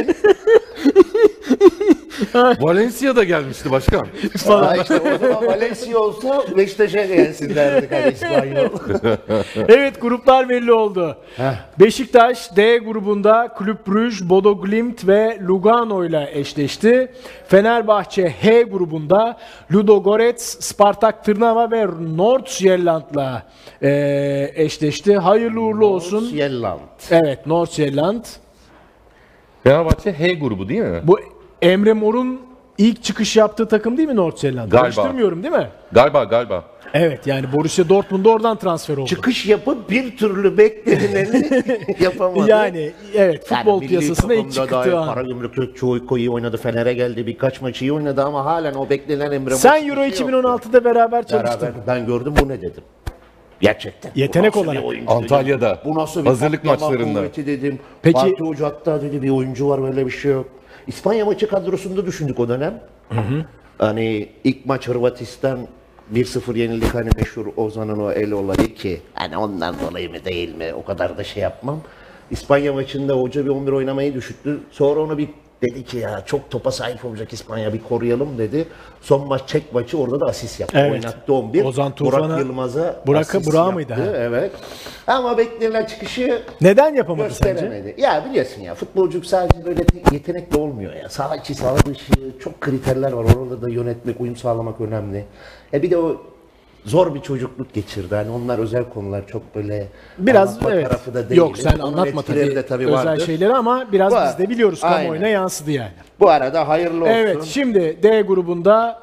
Valencia da gelmişti başkan. Aa, işte o zaman Valencia olsa Beşiktaş'a gelsin derdik hani İspanyol. Evet, gruplar belli oldu. Beşiktaş D grubunda Kulüp Brugge, Bodo Glimt ve Lugano ile eşleşti. Fenerbahçe H grubunda Ludogorets, Spartak Trnava ve Nordsjælland'la eşleşti. Hayırlı uğurlu olsun. Yelland. Evet, Nordsjælland. Fenerbahçe H grubu değil mi? Bu Emre Mor'un ilk çıkış yaptığı takım değil mi Nordsjælland? Galiba. Karıştırmıyorum değil mi? Galiba. Evet, yani Borussia Dortmund'a oradan transfer oldu. Çıkış yapıp bir türlü beklenileni yapamadı. Yani evet, futbol milli piyasasına ilk takımda çıktığı dair an. Karagümrük çoğu iyi oynadı. Fener'e geldi. Birkaç maçı iyi oynadı ama halen o beklenen Emre Sen Mor Euro çıkışı yoktu. 2016'da beraber çalıştın. Beraber ben gördüm, bu ne dedim. Gerçekten. Yetenek Bu nasıl olarak. bir oyuncu Antalya'da. dedim. Bu nasıl bir Hazırlık patlama maçlarında. kuvveti dedim. Peki- Fatih Hoca hatta dedi bir oyuncu var, böyle bir şey yok. İspanya maçı kadrosunda düşündük o dönem. Hani ilk maç Hırvatistan 1-0 yenildik, hani meşhur Ozan'ın o el olayı ki hani ondan dolayı mı değil mi o kadar da şey yapmam. İspanya maçında hoca bir 11 oynamayı düşündü. Sonra onu bir dedi ki ya çok topa sahip olacak İspanya, bir koruyalım dedi. Son maç Çek maçı, orada da asist yaptı. Evet. Oynattı 11. Ozan Tufan'a- Burak Yılmaz'a Burak'a- asist Burak'a yaptı. mıydı, ha? Evet. Ama beklenen çıkışı Neden yapamadı sence? gösteremedi. Ya biliyorsun ya, futbolculuk sadece böyle tek yetenekle olmuyor ya. Sağ içi, sağ dışı çok kriterler var. Orada da yönetmek, uyum sağlamak önemli. Bir de o zor bir çocukluk geçirdi. Hani onlar özel konular, çok böyle Biraz anlatma evet. tarafı da değil. Yok, sen Onun anlatma etkileri tabii, de özel vardır. şeyleri ama biraz Var. biz de biliyoruz, kamuoyuna Aynen. yansıdı yani. Bu arada hayırlı olsun. Evet, şimdi D grubunda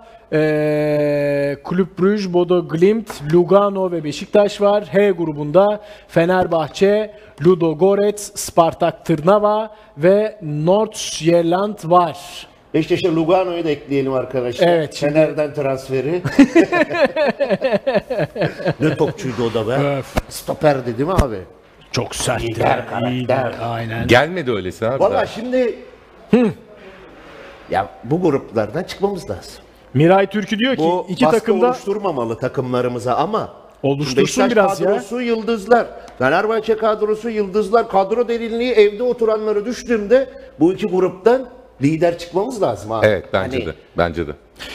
Kulüp Brugge, Bodo Glimt, Lugano ve Beşiktaş var. H grubunda Fenerbahçe, Ludogorets, Spartak Trnava ve Nordsjælland var. Beşiktaş'a Lugano'yu da ekleyelim arkadaşlar. Evet, şimdi- Fener'den transferi. Ne topçuydu o da be. Öf. Stoperdi değil mi abi? Çok sertti. Lider karakter. iyiydi, aynen. Gelmedi öylesi abi. Valla şimdi ya bu gruplardan çıkmamız lazım. Miray Türkü diyor ki Bu iki baskı takımda oluşturmamalı takımlarımıza ama Oluştursun Beşiktaş biraz ya. kadrosu yıldızlar. Fenerbahçe kadrosu yıldızlar. Kadro derinliği evde oturanları düştüğümde bu iki gruptan lider çıkmamız lazım abi. Evet bence Hani de. Bence de.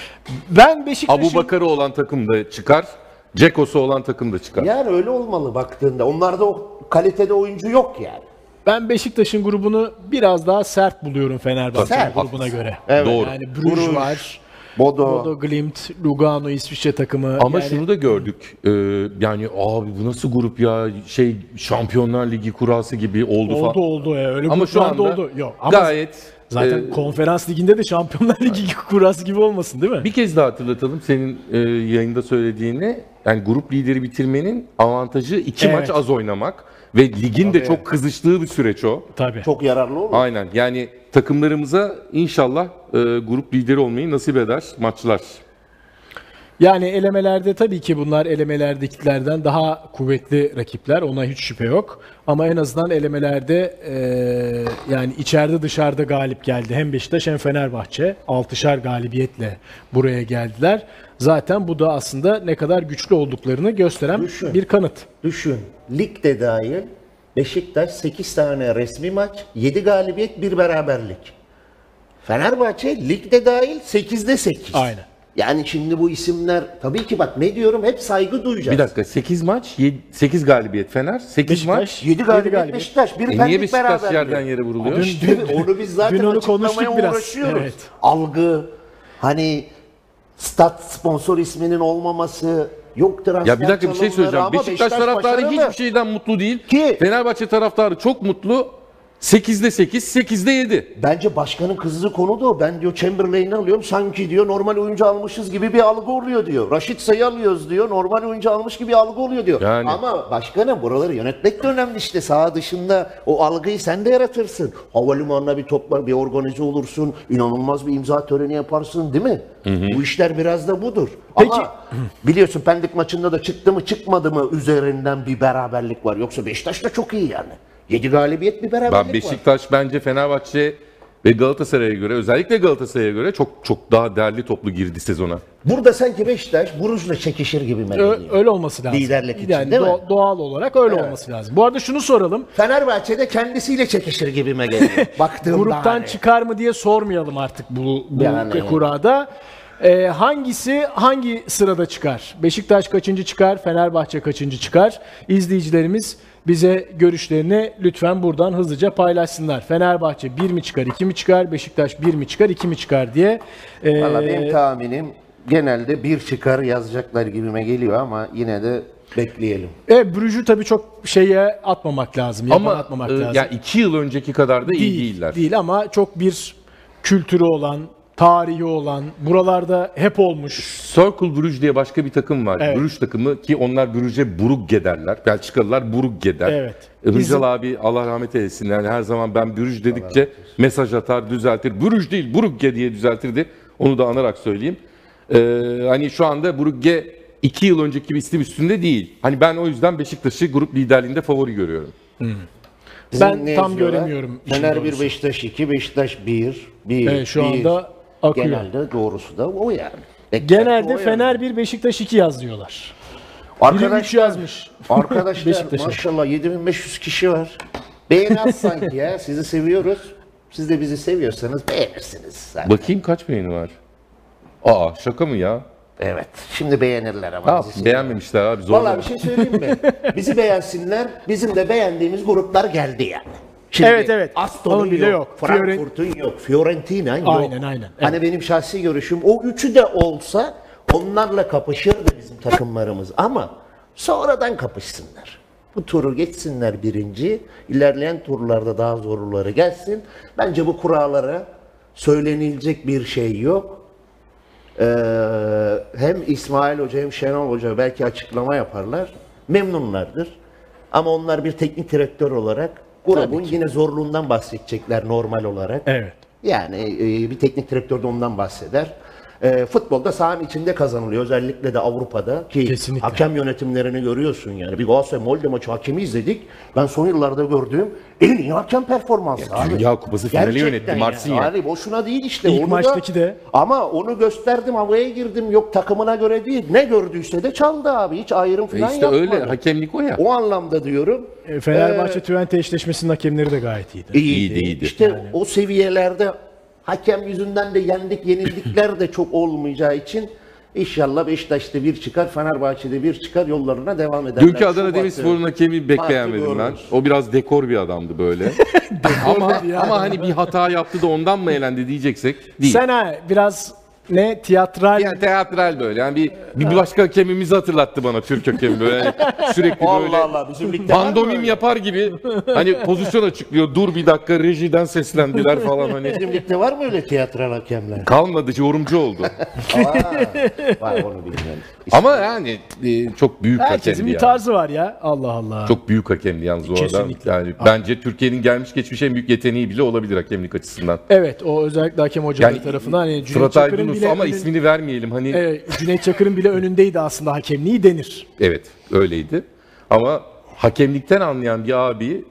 ben Beşiktaş'ın Abu Bakar'ı olan takım da çıkar. Ceko'su olan takım da çıkar. Yani öyle olmalı baktığında. Onlarda o kalitede oyuncu yok yani. Ben Beşiktaş'ın grubunu biraz daha sert buluyorum Fenerbahçe Sert. grubuna göre. Evet. Doğru. Yani Bruges Bruges, var, Bodo. Bodo Glimt, Lugano İsviçre takımı. Ama yani, şunu da gördük. Yani abi bu nasıl grup ya? Şampiyonlar Ligi kurası gibi oldu falan. oldu öyle Ama şu gruplarda anda oldu. Yok, ama gayet zaten konferans liginde de Şampiyonlar Ligi kurası gibi olmasın değil mi? bir kez daha hatırlatalım senin yayında söylediğini. Yani grup lideri bitirmenin avantajı 2 Evet. maç az oynamak ve ligin de çok kızıştığı bir süreç o. Tabii. Çok yararlı olur. Aynen. Yani takımlarımıza inşallah grup lideri olmayı nasip eder maçlar. Yani elemelerde tabii ki bunlar elemelerdekilerden daha kuvvetli rakipler. Ona hiç şüphe yok. Ama en azından elemelerde yani içeride dışarıda galip geldi. Hem Beşiktaş hem Fenerbahçe 6'şar galibiyetle buraya geldiler. Zaten bu da aslında ne kadar güçlü olduklarını gösteren Düşün. bir kanıt. Düşün. Ligde dahil Beşiktaş 8 tane resmi maç, 7 galibiyet, 1 beraberlik. Fenerbahçe ligde dahil 8'de 8. Aynen. Yani şimdi bu isimler tabii ki bak ne diyorum, hep saygı duyacağız. Bir dakika 8 maç 8 galibiyet Fener 8 maç. Beşiktaş 7 galibiyet, galibiyet. Beşiktaş, 1 Niye pendik Beşiktaş beraberlik. yerden yere vuruluyor? Dün- Onu biz zaten Dün onu açıklamaya konuştuk biraz. uğraşıyoruz. Evet. Algı, hani stat sponsor isminin olmaması, yok transfer Ya bir dakika bir şey çalımları söyleyeceğim. ama Beşiktaş taraftarı başarılı. hiçbir şeyden mutlu değil. Ki- Fenerbahçe taraftarı çok mutlu. 8'de 8, 8'de 7. Bence başkanın kızdığı konu da o. Ben diyor Chamberlain'i alıyorum, sanki diyor normal oyuncu almışız gibi bir algı oluyor diyor. Raşit Say'ı alıyoruz diyor, normal oyuncu almış gibi bir algı oluyor diyor. Yani. Ama başkanım buraları yönetmek de önemli işte. Saha dışında o algıyı sen de yaratırsın. Havalimanına bir toplar, bir organize olursun, inanılmaz bir imza töreni yaparsın değil mi? Bu işler biraz da budur. Peki- Ama biliyorsun Pendik maçında da çıktı mı çıkmadı mı üzerinden bir beraberlik var. Yoksa Beşiktaş da çok iyi yani. 7 galibiyet, bir beraberlik Ben var. Beşiktaş bence Fenerbahçe Ve Galatasaray'a göre, özellikle Galatasaray'a göre çok çok daha derli toplu girdi sezona. Burada sanki Beşiktaş Buruj'la çekişir gibi geliyor. Öyle olması lazım. Liderlik için, yani değil mi? Doğal olarak öyle olması lazım. Bu arada şunu soralım. Fenerbahçe'de kendisiyle çekişir gibime geliyor. Baktığımda Gruptan hani. çıkar mı diye sormayalım artık bu Yani. kurada. Hangisi hangi sırada çıkar? Beşiktaş kaçıncı çıkar? Fenerbahçe kaçıncı çıkar? İzleyicilerimiz bize görüşlerini lütfen buradan hızlıca paylaşsınlar. Fenerbahçe 1 mi çıkar, 2 mi çıkar? Beşiktaş 1 mi çıkar, 2 mi çıkar diye. Valla benim tahminim genelde bir çıkar yazacaklar gibime geliyor ama yine de bekleyelim. Brugge'ü tabii çok şeye atmamak lazım. Yaban Ama atmamak lazım. yani 2 yıl önceki kadar da iyi değiller. Değil ama çok bir kültürü olan, tarihi olan, buralarda hep olmuş. Cercle Bruges diye başka bir takım var. Evet. Bruges takımı ki onlar Bruges'e Brugge derler. Belçikalılar Brugge der. Evet. Hıncal abi Allah rahmet eylesin. Yani her zaman ben Bruges dedikçe mesaj atar, düzeltir. Bruges değil, Brugge diye düzeltirdi. Onu da anarak söyleyeyim. Hani şu anda Brugge 2 yıl önceki bir isim üstünde değil. Hani ben o yüzden Beşiktaş'ı grup liderliğinde favori görüyorum. Ben Ne tam yazıyorlar? göremiyorum işin Fener 1, doğrusu. Beşiktaş 2, Beşiktaş 1. Evet, şu anda akıyor. Genelde doğrusu da o yani. Genelde O Fener yani. 1, Beşiktaş 2 yazıyorlar. Biri 3 Arkadaşlar, yazmış. arkadaşlar Beşiktaş'a. maşallah 7500 kişi var. Beğeni az sanki ya. Sizi seviyoruz. Siz de bizi seviyorsanız beğenirsiniz zaten. Bakayım kaç beğeni var? Aa şaka mı ya? Evet. Şimdi beğenirler ama. Ne bizi yapayım? Beğenmemişler abi zor. Vallahi bir şey söyleyeyim mi? Bizi beğensinler. Bizim de beğendiğimiz gruplar geldi yani. Şimdi Evet. Aston'un Onun bile yok. Frankfurt'un yok. Fiorentina yok. Aynen. Hani benim şahsi görüşüm o üçü de olsa onlarla kapışırdı bizim takımlarımız. Ama sonradan kapışsınlar. Bu turu geçsinler birinci. İlerleyen turlarda daha zorluları gelsin. Bence bu kurallara söylenilecek bir şey yok. Hem İsmail Hoca hem Şenol Hoca belki açıklama yaparlar. Memnunlardır. Ama onlar bir teknik direktör olarak grubun yine zorluğundan bahsedecekler normal olarak. Evet. Yani bir teknik direktör de ondan bahseder. Futbolda sahanın içinde kazanılıyor. Özellikle de Avrupa'da ki Kesinlikle. hakem yönetimlerini görüyorsun yani. Bir Galatasaray Molde maçı hakemi izledik. Ben son yıllarda gördüğüm en iyi hakem performansı abi. Dünya Kupası finali Gerçekten yönetti yani. Marsilya. Abi boşuna değil işte. İlk Onu maçtaki de. Ama onu gösterdim, havaya girdim. Yok takımına göre değil. Ne gördüyse de çaldı abi. Hiç ayrım falan İşte yapmadı. öyle hakemlik o ya. O anlamda diyorum. Fenerbahçe Twente eşleşmesinin hakemleri de gayet iyiydi. İyiydi. İşte o seviyelerde hakem yüzünden de yenildikler de çok olmayacağı için inşallah Beşiktaş'ta bir çıkar, Fenerbahçe'de bir çıkar, yollarına devam ederler. Dünkü Adana Şubat'ı- Demirspor'un hakemi bekleyemedim ben. görürüz. O biraz dekor bir adamdı böyle. ama hani bir hata yaptı da ondan mı elendi diyeceksek değil. Sen biraz tiyatral Yani teatral böyle. Yani bir başka hakemimizi hatırlattı bana Türk hakemi böyle. Yani sürekli böyle Allah Allah bizim ligde var mı pandomim öyle? yapar gibi hani pozisyon açıklıyor. Dur bir dakika rejiden seslendiler falan hani. Bizim ligde var mı öyle tiyatral hakemler? Kalmadı yorumcu oldu. Var onu bilmiyorum. Ama yani çok büyük herkesin hakemdi bir yani. tarzı var ya. Allah Allah. Çok büyük hakemdi yalnız o adam. Kesinlikle. Yani bence Türkiye'nin gelmiş geçmiş en büyük yeteneği bile olabilir hakemlik açısından. Evet, o özellikle hakem hocaları Yani tarafından hani Cüneyt Fırat Çakır'ın Aydınus bile ama ismini vermeyelim hani. Cüneyt Çakır'ın bile önündeydi aslında hakemliği denir. Evet öyleydi. Ama hakemlikten anlayan bir abi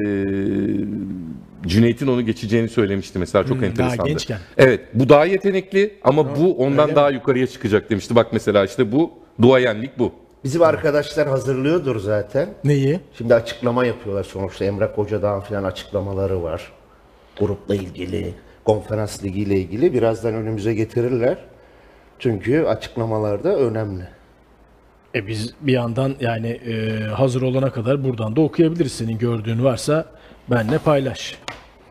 Cüneyt'in onu geçeceğini söylemişti mesela çok enteresandı. daha gençken. Evet bu daha yetenekli ama bu ondan öyle daha yukarıya çıkacak demişti. Bak mesela işte bu duayenlik bu. Bizim arkadaşlar hazırlıyordur zaten. Neyi? Şimdi açıklama yapıyorlar sonuçta. Emre Kocadağ'ın falan açıklamaları var. Grupla ilgili, konferans ligi ile ilgili birazdan önümüze getirirler. Çünkü açıklamalar da önemli. Biz bir yandan yani hazır olana kadar buradan da okuyabiliriz. Senin gördüğün varsa benle paylaş.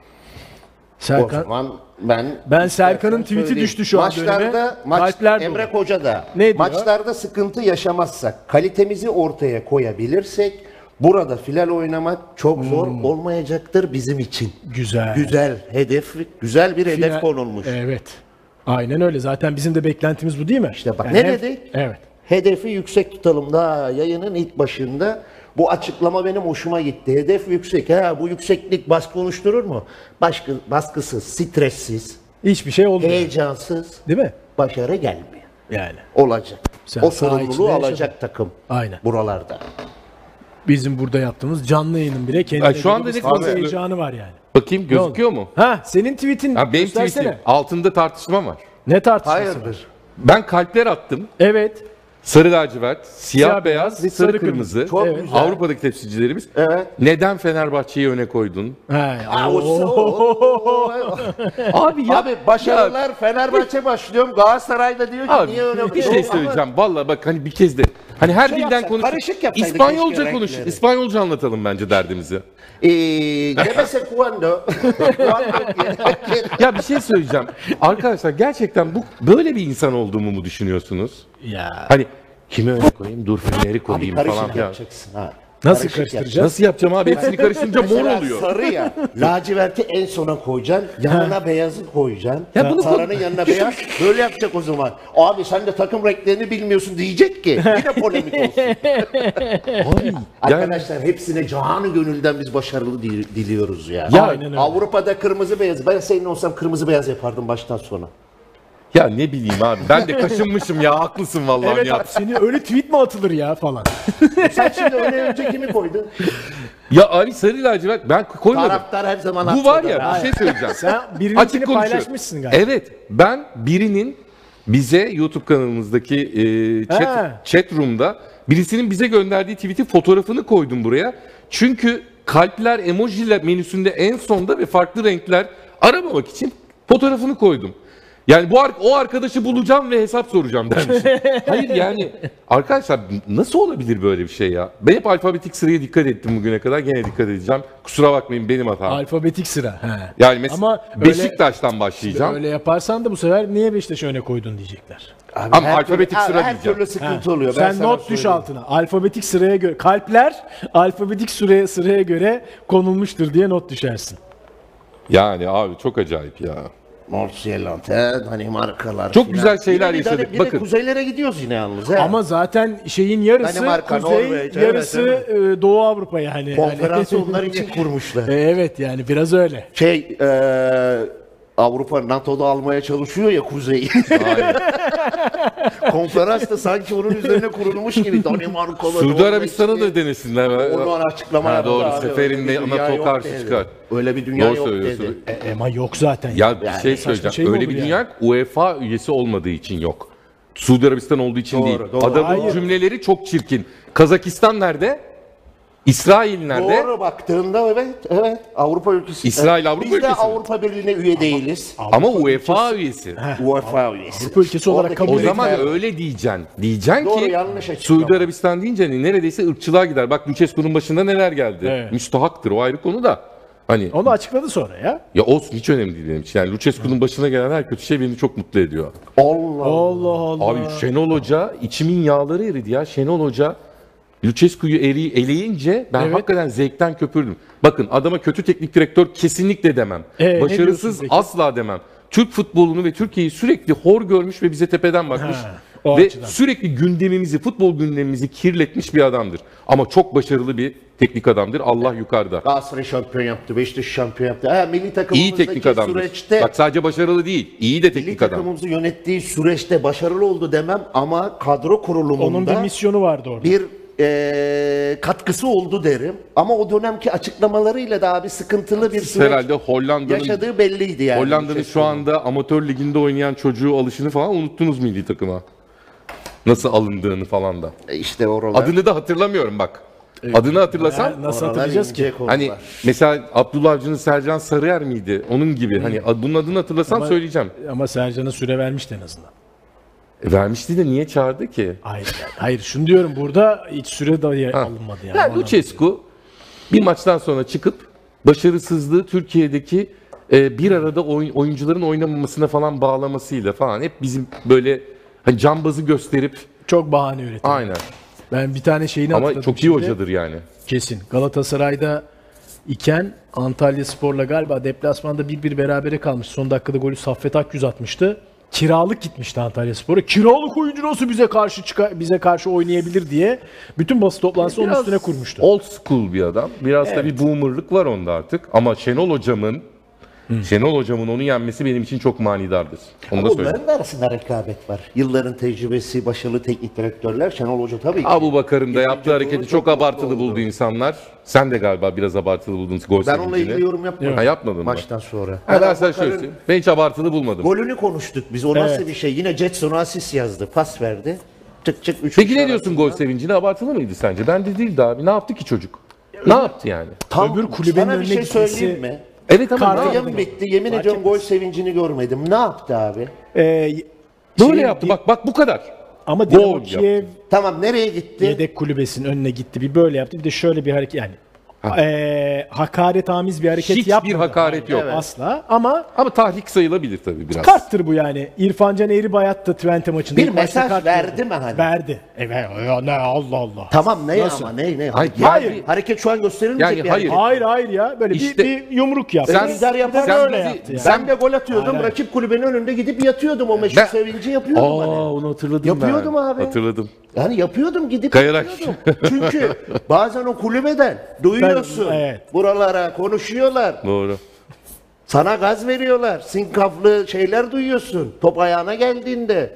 O Serkan, zaman ben Serkan'ın tweet'i söyleyeyim. düştü şu an Maçlarda, önüme. Kalpler dolu. Emre Kocadağ. Ne diyor? Maçlarda sıkıntı yaşamazsak, kalitemizi ortaya koyabilirsek burada final oynamak çok zor olmayacaktır bizim için. Güzel. Güzel hedef, güzel bir hedef Final- konulmuş. Evet. Aynen öyle. Zaten bizim de beklentimiz bu değil mi? İşte bak Yani ne hem- dedik? Evet. Hedefi yüksek tutalım. Daha yayının ilk başında bu açıklama benim hoşuma gitti. Hedef yüksek. Bu yükseklik baskı oluşturur mu? Baskısız, stressiz, Hiçbir şey olmuyor. heyecansız Değil mi? başarı gelmiyor. Yani. Olacak. Sen O saha içinde sorumluluğu yaşadın. alacak takım Aynen. buralarda. Bizim burada yaptığımız canlı yayının bile kendine Ay, şu anda göre bir ne konuşuluyor? heyecanı var yani. Bakayım gözüküyor mu? Ha, senin tweetin. Ha, benim göstersene. tweetim. Altında tartışma var. Ne tartışması? Hayırdır? Ben kalpler attım. Evet. Sarı lacivert, siyah, Siyah, beyaz, beyaz, sarı sarı, kırmızı. Çok Evet. güzel. Avrupa'daki temsilcilerimiz. Evet. Neden Fenerbahçe'yi öne koydun? Abi ya. Abi başarılar Fenerbahçe başlıyorum. Galatasaray'da diyor ki Abi niye öyle bir şey söyleyeceğim. Vallahi bak hani bir kez de. Hani her Şey dilden yapsak, konuş. karışık yapsaydık İspanyolca keşke konuş. renkleri. İspanyolca anlatalım bence derdimizi. Demese cuando. Ya bir şey söyleyeceğim. Arkadaşlar gerçekten böyle bir insan olduğumu mu düşünüyorsunuz? Ya. Hani kimi öne koyayım? Dur Fener'i Abi koyayım falan karışık filan. yapacaksın ha. Nasıl Karışık karıştıracağız? Nasıl yapacağım abi? Hepsini karıştırınca mor Mesela oluyor. sarı ya. Laciverti en sona koyacaksın. Yanına beyazı koyacaksın. Ya bunu Sarının yanına beyaz. Böyle yapacak o zaman. Abi sen de takım renklerini bilmiyorsun diyecek ki. Bir de polemik olsun. Abi, yani, Arkadaşlar hepsine canı gönülden biz başarılı diliyoruz ya. Ya, aynen öyle. Avrupa'da kırmızı beyaz. Ben senin olsam kırmızı beyaz yapardım baştan sona. ya ne bileyim abi. Ben de kaşınmışım ya. Haklısın vallahi Evet ya. abi, senin öyle tweet mi atılır ya falan. Sen şimdi önce kimi koydun? Ya abi sarı lacivert ben koymadım. Taraftar her zaman Bu var haklıdır. ya bir şey söyleyeceğim. Sen birininkini Açık konuşuyorum. paylaşmışsın galiba. Evet ben birinin bize YouTube kanalımızdaki Ha. chat room'da birisinin bize gönderdiği tweet'in fotoğrafını koydum buraya. Çünkü kalpler emojiler menüsünde en sonda ve farklı renkler aramamak için fotoğrafını koydum. Yani o arkadaşı bulacağım ve hesap soracağım dermişim. Hayır yani arkadaşlar nasıl olabilir böyle bir şey ya? Ben hep alfabetik sıraya dikkat ettim bugüne kadar. Gene dikkat edeceğim. Kusura bakmayın benim hatam. Alfabetik sıra. He. Yani mesela Ama öyle- Beşiktaş'tan başlayacağım. Öyle yaparsan da bu sefer niye Beşiktaş'ı öne koydun diyecekler. Abi Ama her alfabetik türlü- sıra her diyeceğim. türlü sıkıntı Ha. oluyor. Ben Sen sana not düş söyleyeyim. altına. Alfabetik sıraya göre kalpler alfabetik sıraya göre konulmuştur diye not düşersin. Yani abi çok acayip ya. Nordsjælland, Danimarkalar. Çok filan. güzel şeyler Bir de yaşadık. Bir Bakın. de kuzeylere gidiyoruz yine yalnız. He. Ama zaten şeyin yarısı Danimarka, Kuzey, Norveç, yarısı evet, Doğu Avrupa yani. konferansı onlar için kurmuşlar. Evet yani biraz öyle. Avrupa NATO'da almaya çalışıyor ya kuzeyi. Konferans da sanki onun üzerine kurulmuş gibi. Danimarkalı. Suudi Arabistan'ı da denesinler. Onu açıklama Ha, yaptı doğru, abi. seferinde Öyle bir dünya NATO yok karşı dedi. çıkar. Öyle bir dünya Doğru yok söylüyorsun. dedi. Ama yok zaten. Ya bir Yani şey saçma söyleyeceğim. şey mi Öyle olur bir yani? dünya UEFA üyesi olmadığı için yok. Suudi Arabistan olduğu için Doğru, değil. doğru. Adamın Hayır. cümleleri çok çirkin. Kazakistan nerede? İsrail nerede? Doğru baktığında evet Avrupa ülkesi. İsrail Avrupa Biz de ülkesi mi? Avrupa Birliği'ne üye değiliz. Ama UEFA üyesi. UEFA üyesi. Avrupa ülkesi olarak Oradaki kabul O Direkt zaman milletler- öyle diyeceksin. Diyeceksin Doğru, ki yanlış açıklama. Suudi Arabistan deyince hani neredeyse ırkçılığa gider. Bak Lucescu'nun başında neler geldi. Evet. Müstahaktır o ayrı konu da. Hani Onu açıkladı sonra ya. ya olsun hiç önemli değil benim için. Yani Lucescu'nun başına gelen her kötü şey beni çok mutlu ediyor. Allah. Allah Allah. Abi Şenol Hoca içimin yağları eridi ya. Şenol Hoca Lucescu'yu eleyince ben Evet. hakikaten zevkten köpürdüm. Bakın adama kötü teknik direktör kesinlikle demem. Ne diyorsun Başarısız peki? asla demem. Türk futbolunu ve Türkiye'yi sürekli hor görmüş ve bize tepeden bakmış. Ha, o ve açıdan. sürekli gündemimizi, futbol gündemimizi kirletmiş bir adamdır. Ama çok başarılı bir teknik adamdır. Allah yukarıda. Galatasaray şampiyon yaptı, Beşiktaş şampiyon yaptı. Milli İyi takımımızdaki teknik adamdır. süreçte Bak sadece başarılı değil, iyi de milli teknik adam. takımımızı yönettiği süreçte başarılı oldu demem ama kadro kurulumunda Onun bir misyonu vardı orada. bir katkısı oldu derim. Ama o dönemki açıklamalarıyla da abi sıkıntılı bir süreç Herhalde Hollanda'nın yaşadığı belliydi yani. Hollanda'nın şu anda amatör liginde oynayan çocuğu alışını falan unuttunuz milli takıma. Nasıl alındığını falan da. İşte oralar. Adını da hatırlamıyorum bak. Adını hatırlasam Nasıl oralar hatırlayacağız ince ki? konular. hani mesela Abdullah Avcı'nın Sercan Sarıyer miydi? Onun gibi. Hani bunun adını hatırlasam Ama- söyleyeceğim. Ama Sercan'a süre vermişti en azından. Vermişti de niye çağırdı ki? Hayır, hayır şunu diyorum burada hiç süre dahi alınmadı yani. Ya Lucescu bir maçtan sonra çıkıp başarısızlığı Türkiye'deki bir arada oyuncuların oynamamasına falan bağlamasıyla falan hep bizim böyle hani cambazı gösterip Çok bahane üretiyor. aynen. Ben bir tane şeyini Ama hatırladım. çok iyi şimdi. hocadır yani. Kesin. Galatasaray'da iken Antalyaspor'la galiba deplasmanda 1-1 berabere kalmış. Son dakikada golü Saffet Akgüz atmıştı. Kiralık gitmişti Antalyaspor'a. Kiralık oyuncu nasıl bize karşı oynayabilir diye bütün basın toplantısını onun Biraz üstüne kurmuştu. Old school bir adam. Biraz da bir boomerlık var onda artık. Ama Şenol hocamın Şenol Hocam'ın onu yenmesi benim için çok manidardır. Onu da söyleyeyim. Onların da arasında rekabet var. Yılların tecrübesi, başarılı teknik direktörler. Şenol Hoca tabii ki. Abu Bakar'ın da yaptığı doğru, hareketi çok çok abartılı mutlu oldu. buldu insanlar. Sen de galiba biraz abartılı buldun gol Ben onunla ilgili sevincini. yorum yapmadım. Ha, yapmadın mı? Maçtan sonra. Ha, ben sana şöyle Abubakar'ın söyleyeyim. Ben hiç abartılı bulmadım. golünü konuştuk biz. O nasıl Evet. bir şey? Yine Jetson asist yazdı. Pas verdi. Çık çık. Üç Peki kişi ne diyorsun gol arasında. sevincine? Abartılı mıydı sence? Bence değildi abi. Ne yaptı ki çocuk? Ne yaptı yani? Tam Öbür kulübenin sana bir önüne şey gitmesi- söyleyeyim mi? Evet ama Kartı ne yaptı? Yayın bitti. Yemin ediyorum gol sevincini görmedim. Ne yaptı abi? Böyle Şey- yaptı. Bak bu kadar. Ama Gol Dinamo yaptı. Kiev Tamam nereye gitti? yedek kulübesinin önüne gitti. Bir böyle yaptı. Bir de şöyle bir hareket yani. Hakaretamiz bir hareket Hiçbir yapmadı. hakaret yok. Evet. Asla. Ama Ama tahrik sayılabilir tabii biraz. karttır bu yani. İrfancan Eğribayat da Twente maçında. Bir ilk maçta mesaj kart verdi verdi. mi hani? Verdi. Evet. Ya ne Allah Allah. Tamam ne Nasıl? ama ne? Hayır, Hayır. Hareket şu an gösterilmeyecek Yani bir hayır. hareket. Hayır ya. Böyle İşte- bir yumruk yaptı. Sen- Bizler yapar sen böyle bizi- yaptı yani. Ben de gol atıyordum. Aynen. Rakip kulübenin önünde gidip yatıyordum. O meşhur Ben- sevinci yapıyordum hani. Onu hatırladım Yapıyordum ben. abi. Hatırladım. Yani yapıyordum gidip Kayarak. yapıyordum. Çünkü bazen o kulübeden duyuyorsun. Evet. Buralara konuşuyorlar. Doğru. Sana gaz veriyorlar. Sinkaflı şeyler duyuyorsun. Top ayağına geldiğinde.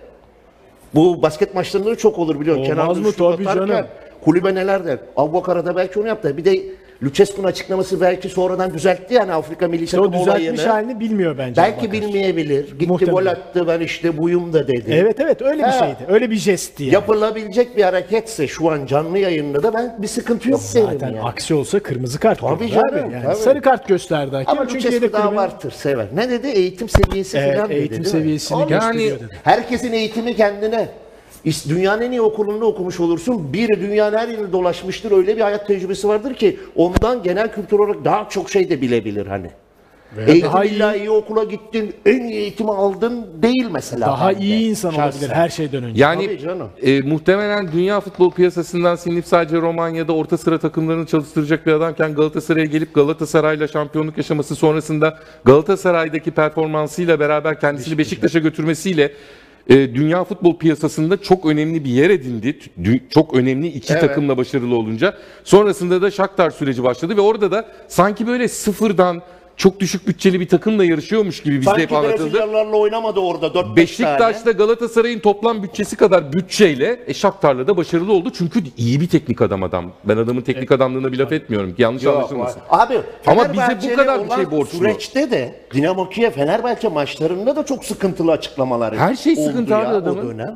Bu basket maçlarında da çok olur biliyorsun. Olmaz Kenarda mı? üçlük Tabii atarken canım. kulübe neler der. Abubakar'a da belki onu yaptı. Bir de Lucescu'nun açıklaması belki sonradan düzeltti yani Afrika milli O takım düzeltmiş olayını. halini bilmiyor bence. Belki Abubakar. bilmeyebilir. Gitti Muhtemelen. gol attı ben işte buyum da dedi. Evet öyle bir Ha. şeydi. Öyle bir jestti yani. Yapılabilecek bir hareketse şu an canlı yayında da ben bir sıkıntı yok derim Zaten yani. aksi olsa kırmızı kart Tabii görür canım, abi. Yani tabii. sarı kart gösterdi hakem. Ama çünkü Lucescu yedek daha kulübenin abartır, sever. Ne dedi? Eğitim seviyesi falan dedi. eğitim değil mi? seviyesini Oğlum, gösteriyor Yani- dedi. herkesin eğitimi kendine. Dünyanın en iyi okulunda okumuş olursun. Biri dünyanın her yerini dolaşmıştır. Öyle bir hayat tecrübesi vardır ki ondan genel kültür olarak daha çok şey de bilebilir hani. Eğitim daha illa iyi okula gittin, en iyi eğitimi aldın değil mesela. Daha bence. iyi insan Şahsen. olabilir her şeyden önce. Yani Tabii canım. muhtemelen dünya futbol piyasasından silinip sadece Romanya'da orta sıra takımlarını çalıştıracak bir adamken Galatasaray'a gelip Galatasaray'la şampiyonluk yaşaması sonrasında Galatasaray'daki performansıyla beraber kendisini Beşiktaş'a götürmesiyle dünya futbol piyasasında çok önemli bir yer edindi. Çok önemli iki Evet. takımla başarılı olunca. Sonrasında da Shakhtar süreci başladı ve orada da sanki böyle sıfırdan çok düşük bütçeli bir takımla yarışıyormuş gibi bizde hep Sanki anlatıldı. Brezilyalılarla oynamadı orada 4-5 tane. Beşiktaş'ta Galatasaray'ın toplam bütçesi kadar bütçeyle Shakhtar'la da başarılı oldu. Çünkü iyi bir teknik adam. Ben adamın teknik adamlığına bir laf etmiyorum ki yanlış Yok, anlaşılmasın. abi Ama bize bu Fenerbahçeli kadar bir olan şey borçlu. Süreçte de Dinamo Kiev Fenerbahçe maçlarında da çok sıkıntılı açıklamalar Her şey oldu sıkıntı abi ya adamın. o dönem.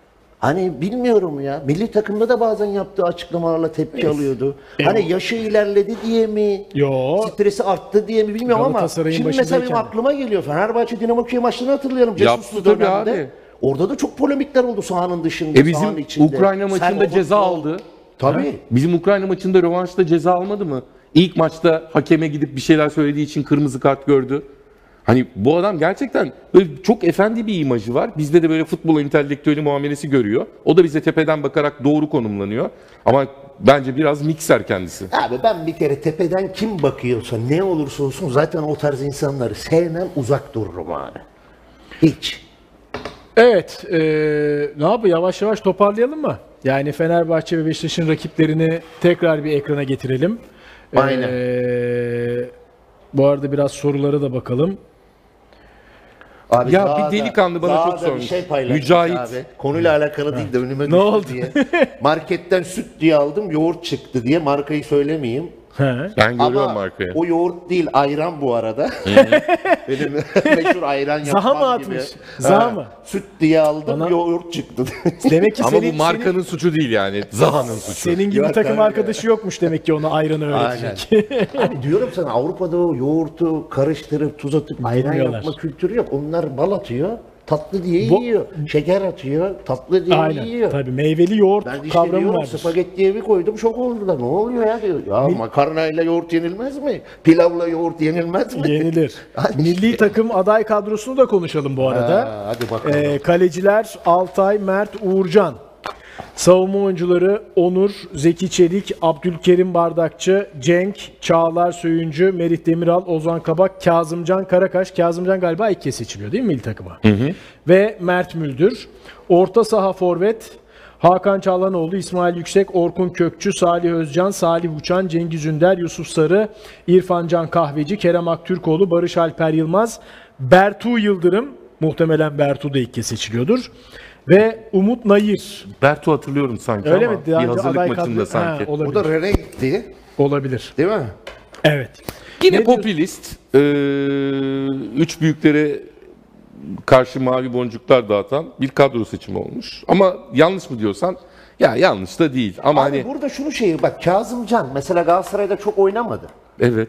Hani bilmiyorum ya. Milli takımda da bazen yaptığı açıklamalarla tepki alıyordu. Hani yaşı ilerledi diye mi? Yo. Stresi arttı diye mi bilmiyorum ama Galatasaray'ın şimdi mesela benim başındayken. aklıma geliyor. Fenerbahçe Dinamo Kiev maçlarını hatırlayalım. Yaptı Cesus'lu tabii dönemde. abi. Orada da çok polemikler oldu sahanın dışında, Bizim sahanın içinde. Ukrayna maçında Sen ceza o- aldı. Tabii. Bizim Ukrayna maçında rövanşta ceza almadı mı? İlk maçta hakeme gidip bir şeyler söylediği için kırmızı kart gördü. Hani bu adam gerçekten böyle çok efendi bir imajı var. Bizde de böyle futbol entelektüeli muamelesi görüyor. O da bize tepeden bakarak doğru konumlanıyor. Ama bence biraz mikser kendisi. Abi ben bir kere tepeden kim bakıyorsa ne olursa olsun zaten o tarz insanları sevmem, uzak dururum abi. Hiç. Evet. Ne yapıyor? Yavaş yavaş toparlayalım mı? Yani Fenerbahçe ve Beşiktaş'ın rakiplerini tekrar bir ekrana getirelim. Aynen. Bu arada biraz sorulara da bakalım. Abi Ya Zaha'da- bir delikanlı bana çok Zaha'da bir sormuş. şey paylaşmış Mücahit. abi. Konuyla alakalı değil de önüme düştü oldu? diye. Marketten süt diye aldım, yoğurt çıktı diye markayı söylemeyeyim. He. Ben görüyorum Ama markayı. o yoğurt değil, ayran bu arada. Benim meşhur ayran yapmam Zaha mı gibi. atmış? Zaha Ha, mı? Süt diye aldım, Bana- yoğurt çıktı. Demek ki Ama senin, bu markanın suçu değil yani. Zaha'nın suçu. senin gibi Yok, takım tabii. arkadaşı yokmuş demek ki ona ayranı öğretecek. Abi diyorum sana Avrupa'da o yoğurtu karıştırıp tuz atıp ayran Bilmiyorlar. yapma kültürü yok. Onlar bal atıyor, tatlı diye Bu- yiyor. Şeker atıyor, tatlı diye Aynen. yiyor. Tabii meyveli yoğurt Ben işte kavramı diyorum vardır. spagettiye bir koydum şok oldular. Ne oluyor ya diyor. Ya makarnayla yoğurt yenilmez mi? Pilavla yoğurt yenilmez mi? Yenilir. Hadi Milli işte. takım aday kadrosunu da konuşalım bu arada. Ha, hadi bakalım. Kaleciler Altay, Mert, Uğurcan. Savunma oyuncuları Onur, Zeki Çelik, Abdülkerim Bardakçı, Cenk, Çağlar Söyüncü, Merih Demiral, Ozan Kabak, Kazımcan Karakaş. Kazımcan galiba ilk kez seçiliyor değil mi milli takıma? Ve Mert Müldür. Orta saha forvet Hakan Çağlanoğlu, İsmail Yüksek, Orkun Kökçü, Salih Özcan, Salih Uçan, Cengiz Ünder, Yusuf Sarı, İrfan Can Kahveci, Kerem Aktürkoğlu, Barış Alper Yılmaz, Bertu Yıldırım, muhtemelen Bertu da ilk kez seçiliyordur. Ve Umut Nayır. Bertu hatırlıyorum sanki Öyle ama mi? bir Daha önce hazırlık aday maçında kadro- sanki. Ha, olabilir. O da Ren'e gitti. Olabilir. Değil mi? Evet. Yine Ne popülist, üç büyüklere karşı mavi boncuklar dağıtan bir kadro seçimi olmuş. Ama yanlış mı diyorsan, ya yanlış da değil. Ama Abi hani burada şunu bak Kazımcan mesela Galatasaray'da çok oynamadı. evet.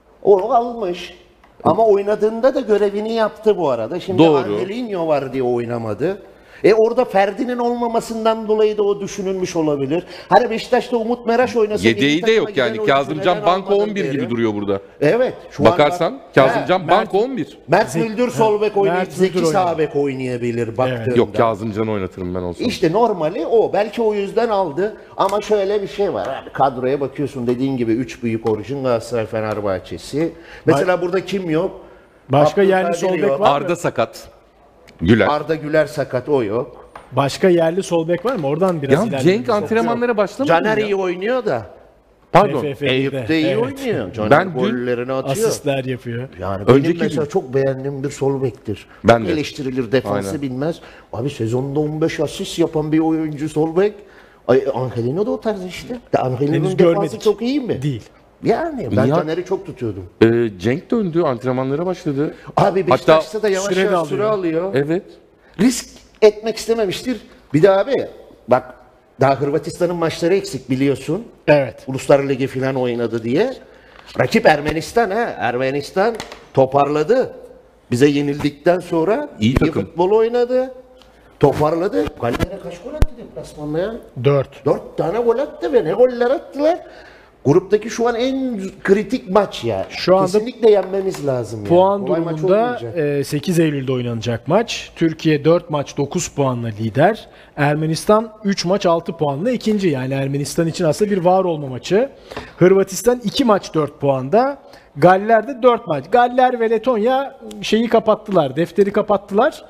O almış. Ama oynadığında da görevini yaptı bu arada. Şimdi Doğru. Angelinho var diye oynamadı. Orada Ferdi'nin olmamasından dolayı da o düşünülmüş olabilir. Hani Beşiktaş'ta Umut Meraş oynasa... Yedeği milli de takıma yok giden yani. oyuncu Kazımcan neden banko almadın 11 gibi derim. duruyor burada. Evet. Şu an Bakarsan bak- Kazımcan He, banko 11. Mert Müldür sol bek oynayıp Mert Müldür Zeki sağ oynar. bek oynayabilir baktığında. Yok, Kazımcan'ı oynatırım ben olsam. İşte normali o. Belki o yüzden aldı. Ama şöyle bir şey var. Abi, kadroya bakıyorsun dediğin gibi 3 büyük orijin Galatasaray Fenerbahçesi. Mesela burada kim yok? Başka Abdülkadir yerli sol bek yok. var mı? Arda sakat. Güler. Arda Güler sakat, o yok. Başka yerli sol bek var mı? Oradan biraz Ya ilerleyelim. Cenk antrenmanlara başlamadı mı Caner ya? iyi oynuyor da. Pardon. TFF'de. De iyi Evet. oynuyor. Caner Ben dün gollerini atıyor. Asistler yapıyor. Yani benim Önceki mesela gün- çok beğendiğim bir sol bektir. Ben Çok de. eleştirilir, defansı Aynen. bilmez. Abi sezonda 15 asist yapan bir oyuncu sol bek. Angelino da o tarz işte. De Henüz Angelino'nun defansı görmedik. çok iyi mi? Değil. Yani ben Ya- Caner'i çok tutuyordum. Cenk döndü, antrenmanlara başladı. Abi Beşiktaş'ta da yavaş süre de yavaş süre alıyor. Evet. Risk etmek istememiştir. Bir de abi bak daha Hırvatistan'ın maçları eksik biliyorsun. Evet. Uluslar Ligi falan oynadı diye. Rakip Ermenistan ha. Ermenistan toparladı. Bize yenildikten sonra İyi takım. futbol oynadı. Toparladı. Galler'e kaç gol attı deplasmanda ya? 4. 4 tane gol attı ve ne goller attılar. Gruptaki şu an en kritik maç ya. Şu anda kesinlikle yenmemiz lazım. Puan yani. Kolay maç durumunda olmayacak. 8 Eylül'de oynanacak maç. Türkiye 4 maç 9 puanla lider. Ermenistan 3 maç 6 puanla ikinci. Yani Ermenistan için aslında bir var olma maçı. Hırvatistan 2 maç 4 puanda. Galler de 4 maç. Galler ve Letonya şeyi kapattılar. Defteri kapattılar.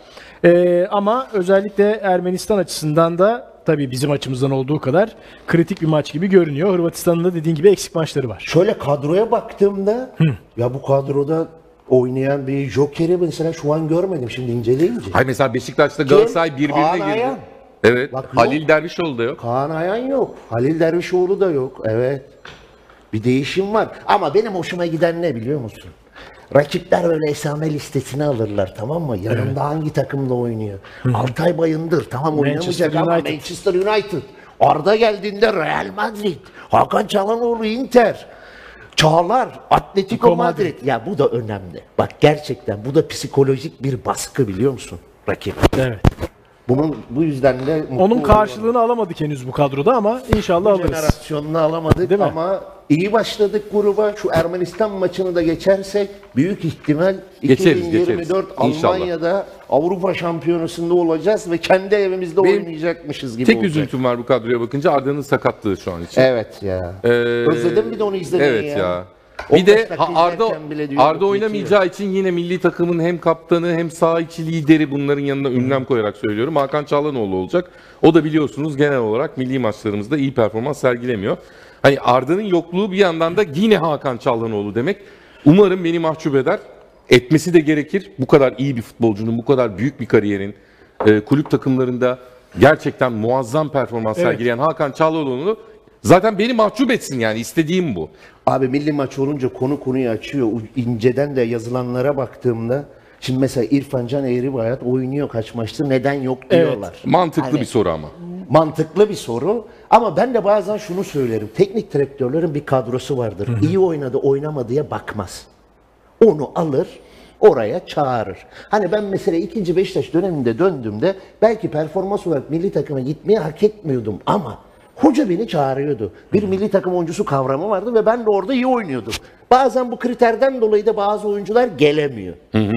Ama özellikle Ermenistan açısından da tabii bizim açımızdan olduğu kadar kritik bir maç gibi görünüyor. Hırvatistan'ın da dediğin gibi eksik maçları var. Şöyle kadroya baktığımda ya bu kadroda oynayan bir jokeri mesela şu an görmedim şimdi inceleyince. Hayır, mesela Beşiktaş'ta Galatasaray Kaan birbirine girdi. Ayhan. Evet. Bak yok. Halil Dervişoğlu da yok. Kaan Ayhan yok. Halil Dervişoğlu da yok. Evet. Bir değişim var. Ama benim hoşuma giden ne biliyor musun? Rakipler böyle esame listesini alırlar, tamam mı? Yanında hangi takımla oynuyor? Altay Bayındır tamam oynamayacak ama United. Manchester United. Arda geldiğinde Real Madrid. Hakan Çalhanoğlu Inter. Çağlar, Atletico Madrid. Ya bu da önemli. Bak gerçekten bu da psikolojik bir baskı biliyor musun? Rakip. Evet. Bu yüzden de mutlu Onun oluyorum. karşılığını alamadık henüz bu kadroda ama inşallah alırız. Jenerasyonunu alamadık Değil mi? ama iyi başladık gruba. Şu Ermenistan maçını da geçersek büyük ihtimal Geçeriz, 2024 İnşallah. Almanya'da Avrupa Şampiyonası'nda olacağız ve kendi evimizde Benim oynayacakmışız gibi Tek olacak. üzüntüm var bu kadroya bakınca, Arda'nın sakatlığı şu an için. Evet ya. Özledim bir de onu izlemeyi Evet ya. 15 Bir de dakika Arda izlerken bile diyorduk, Arda oynamayacağı için yine milli takımın hem kaptanı hem saha içi lideri, bunların yanına ünlem koyarak söylüyorum, Hakan Çalhanoğlu olacak. O da biliyorsunuz genel olarak milli maçlarımızda iyi performans sergilemiyor. Hani Arda'nın yokluğu bir yandan da yine Hakan Çalhanoğlu demek. Umarım beni mahcup eder. Etmesi de gerekir. Bu kadar iyi bir futbolcunun, bu kadar büyük bir kariyerin kulüp takımlarında gerçekten muazzam performans sergileyen Hakan Çalhanoğlu zaten beni mahcup etsin, yani istediğim bu. Abi milli maç olunca konu konuyu açıyor. İnceden de yazılanlara baktığımda şimdi mesela İrfan Can Eğribayat oynuyor kaç maçtır, neden yok diyorlar. Mantıklı Hani bir soru ama. mantıklı bir soru ama ben de bazen şunu söylerim. Teknik direktörlerin bir kadrosu vardır. İyi oynadı oynamadıya bakmaz. Onu alır oraya çağırır. Hani ben mesela 2. Beşiktaş döneminde döndüğümde belki performans olarak milli takıma gitmeyi hak etmiyordum ama hoca beni çağırıyordu. Bir milli takım oyuncusu kavramı vardı ve ben de orada iyi oynuyordum. Bazen bu kriterden dolayı da bazı oyuncular gelemiyor.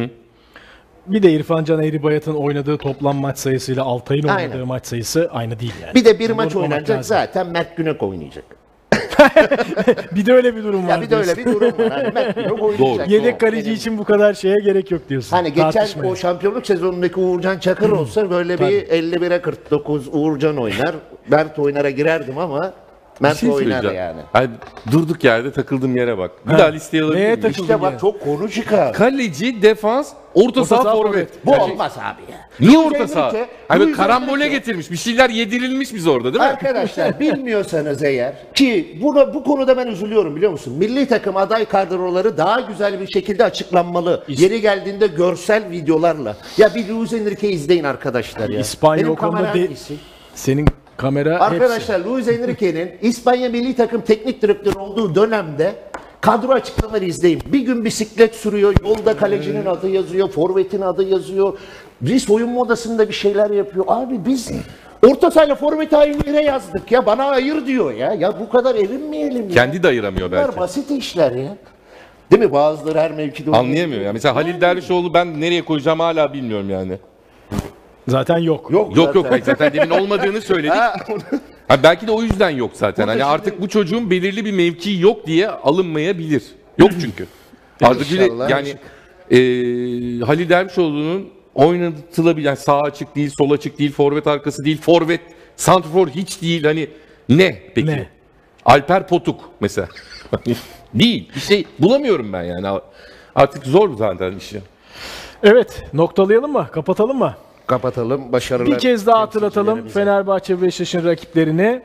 Bir de İrfan Can Eğribayat'ın oynadığı toplam maç sayısıyla Altay'ın Aynen. oynadığı maç sayısı aynı değil yani. Bir de bir Bunu maç unutmamak oynanacak lazım. zaten Mert Günek oynayacak. Bir de öyle bir durum var. Ya bir de öyle bir durum var. Hani Mert yok oynayacak. Yedek Yani. kaleci Benim- için bu kadar şeye gerek yok diyorsun. Hani geçen Tartışmaya. o şampiyonluk sezonundaki Uğurcan Çakır olsa böyle bir 51'e 49 Uğurcan oynar. Mert oynara girerdim ama Bir Mert şey oynar söyleyeceğim. yani. Hani durduk yerde takıldığım yere bak. Bir Ha. daha listeye alabilir Neye miyim? takıldın? İşte bak yani. çok konu çıkar. Kaleci, defans, orta saha, saha, forvet. forvet. Bu olmaz abi ya. Niye Luis orta saha? Enrique- Hani böyle Luis karambole Enrique- getirmiş. Bir şeyler yedirilmiş bize orada değil mi? Arkadaşlar bilmiyorsanız eğer ki bu konuda ben üzülüyorum biliyor musun? Milli takım aday kadroları daha güzel bir şekilde açıklanmalı. Yeri geldiğinde görsel videolarla. Ya bir Luis Enrique izleyin arkadaşlar ya. İspanya Benim o konuda kamera de- hangisi? Senin kamera hepsi. Arkadaşlar Luis Enrique'nin İspanya milli takım teknik direktörü olduğu dönemde kadro açıklamaları izleyin. Bir gün bisiklet sürüyor, yolda kalecinin adı yazıyor, forvetin adı yazıyor. Bir soyunma odasında bir şeyler yapıyor. Abi biz orta sahayla forveti aynı yere yazdık ya. Bana ayır diyor ya. Ya bu kadar erinmeyelim ya. Kendi de ayıramıyor Bunlar belki. basit işler ya. Değil mi? Bazıları her mevkide Anlayamıyor. Yani mesela Halil Dervişoğlu ben nereye koyacağım hala bilmiyorum yani. Zaten yok. Yok yok hayır, zaten demin olmadığını söyledik. Ha, belki de o yüzden yok zaten. Hani artık bu çocuğun belirli bir mevkii yok diye alınmayabilir. Yok çünkü. Artık bile İnşallah. yani Halil Dervişoğlu'nun oynatılabilen yani sağ açık değil, sol açık değil, forvet arkası değil, forvet, santrfor hiç değil. Hani ne peki? Ne? Alper Potuk mesela. Değil. Bir şey bulamıyorum ben yani. Artık zor zaten işi. Evet, noktalayalım mı? Kapatalım mı? Kapatalım. Başarılar. Bir kez daha hatırlatalım Fenerbahçe ve Beşiktaş'ın rakiplerini.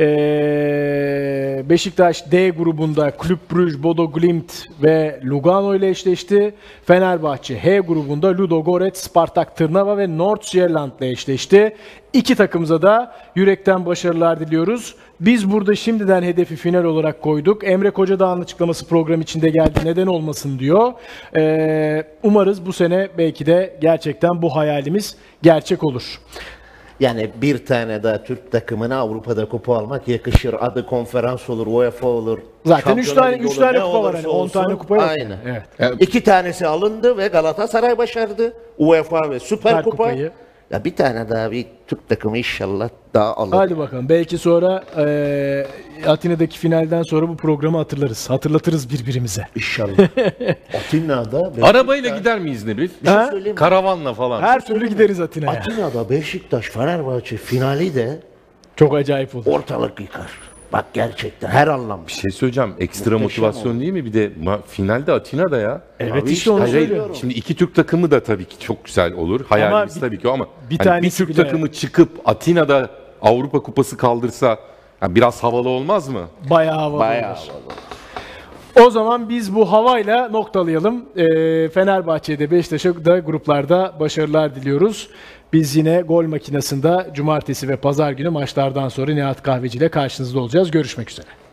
Beşiktaş D grubunda Club Brugge, Bodo Glimt ve Lugano ile eşleşti. Fenerbahçe H grubunda Ludogorets, Spartak Trnava ve Nordsjælland ile eşleşti. İki takımıza da yürekten başarılar diliyoruz. Biz burada şimdiden hedefi final olarak koyduk. Emre Kocadağ'ın açıklaması program içinde geldi. Neden olmasın diyor. Umarız bu sene belki de gerçekten bu hayalimiz gerçek olur. Yani bir tane daha Türk takımına Avrupa'da kupa almak yakışır. Adı konferans olur, UEFA olur. Zaten 3 Şampiyonlar tane Ligi 3 olur, tane ne kupa var olursa hani 10 tane olsun. kupa yok. Aynen. Evet. 2 tanesi alındı ve Galatasaray başardı. UEFA ve Süper Süper Kupa. Kupayı. Ya bir tane daha bir Türk takımı inşallah daha alır. Hadi bakalım. Belki sonra Atina'daki finalden sonra bu programı hatırlarız. Hatırlatırız birbirimize. İnşallah. Atina'da Arabayla gider miyiz Nebil? Ha? söyleyeyim mi? Karavanla falan. Her türlü gideriz Atina'ya. Atina'da Beşiktaş Fenerbahçe finali de Çok acayip olur. ortalık yıkar. Bak gerçekten her anlamda. Bir şey söyleyeceğim. Ekstra Muhteşem motivasyon değil mi? Bir de finalde Atina'da ya. Evet Abi işte onu Hayır, hayır. söylüyorum. Şimdi iki Türk takımı da tabii ki çok güzel olur. Hayalimiz bir- tabii ki o ama bir hani bir tanesi Türk bile- takımı çıkıp Atina'da Avrupa Kupası kaldırsa yani biraz havalı olmaz mı? Bayağı havalı Bayağı olur. O zaman biz bu havayla noktalayalım. Fenerbahçe'de, Beşiktaş'a da gruplarda başarılar diliyoruz. Biz yine gol makinesinde cumartesi ve pazar günü maçlardan sonra Nihat Kahveci ile karşınızda olacağız. Görüşmek üzere.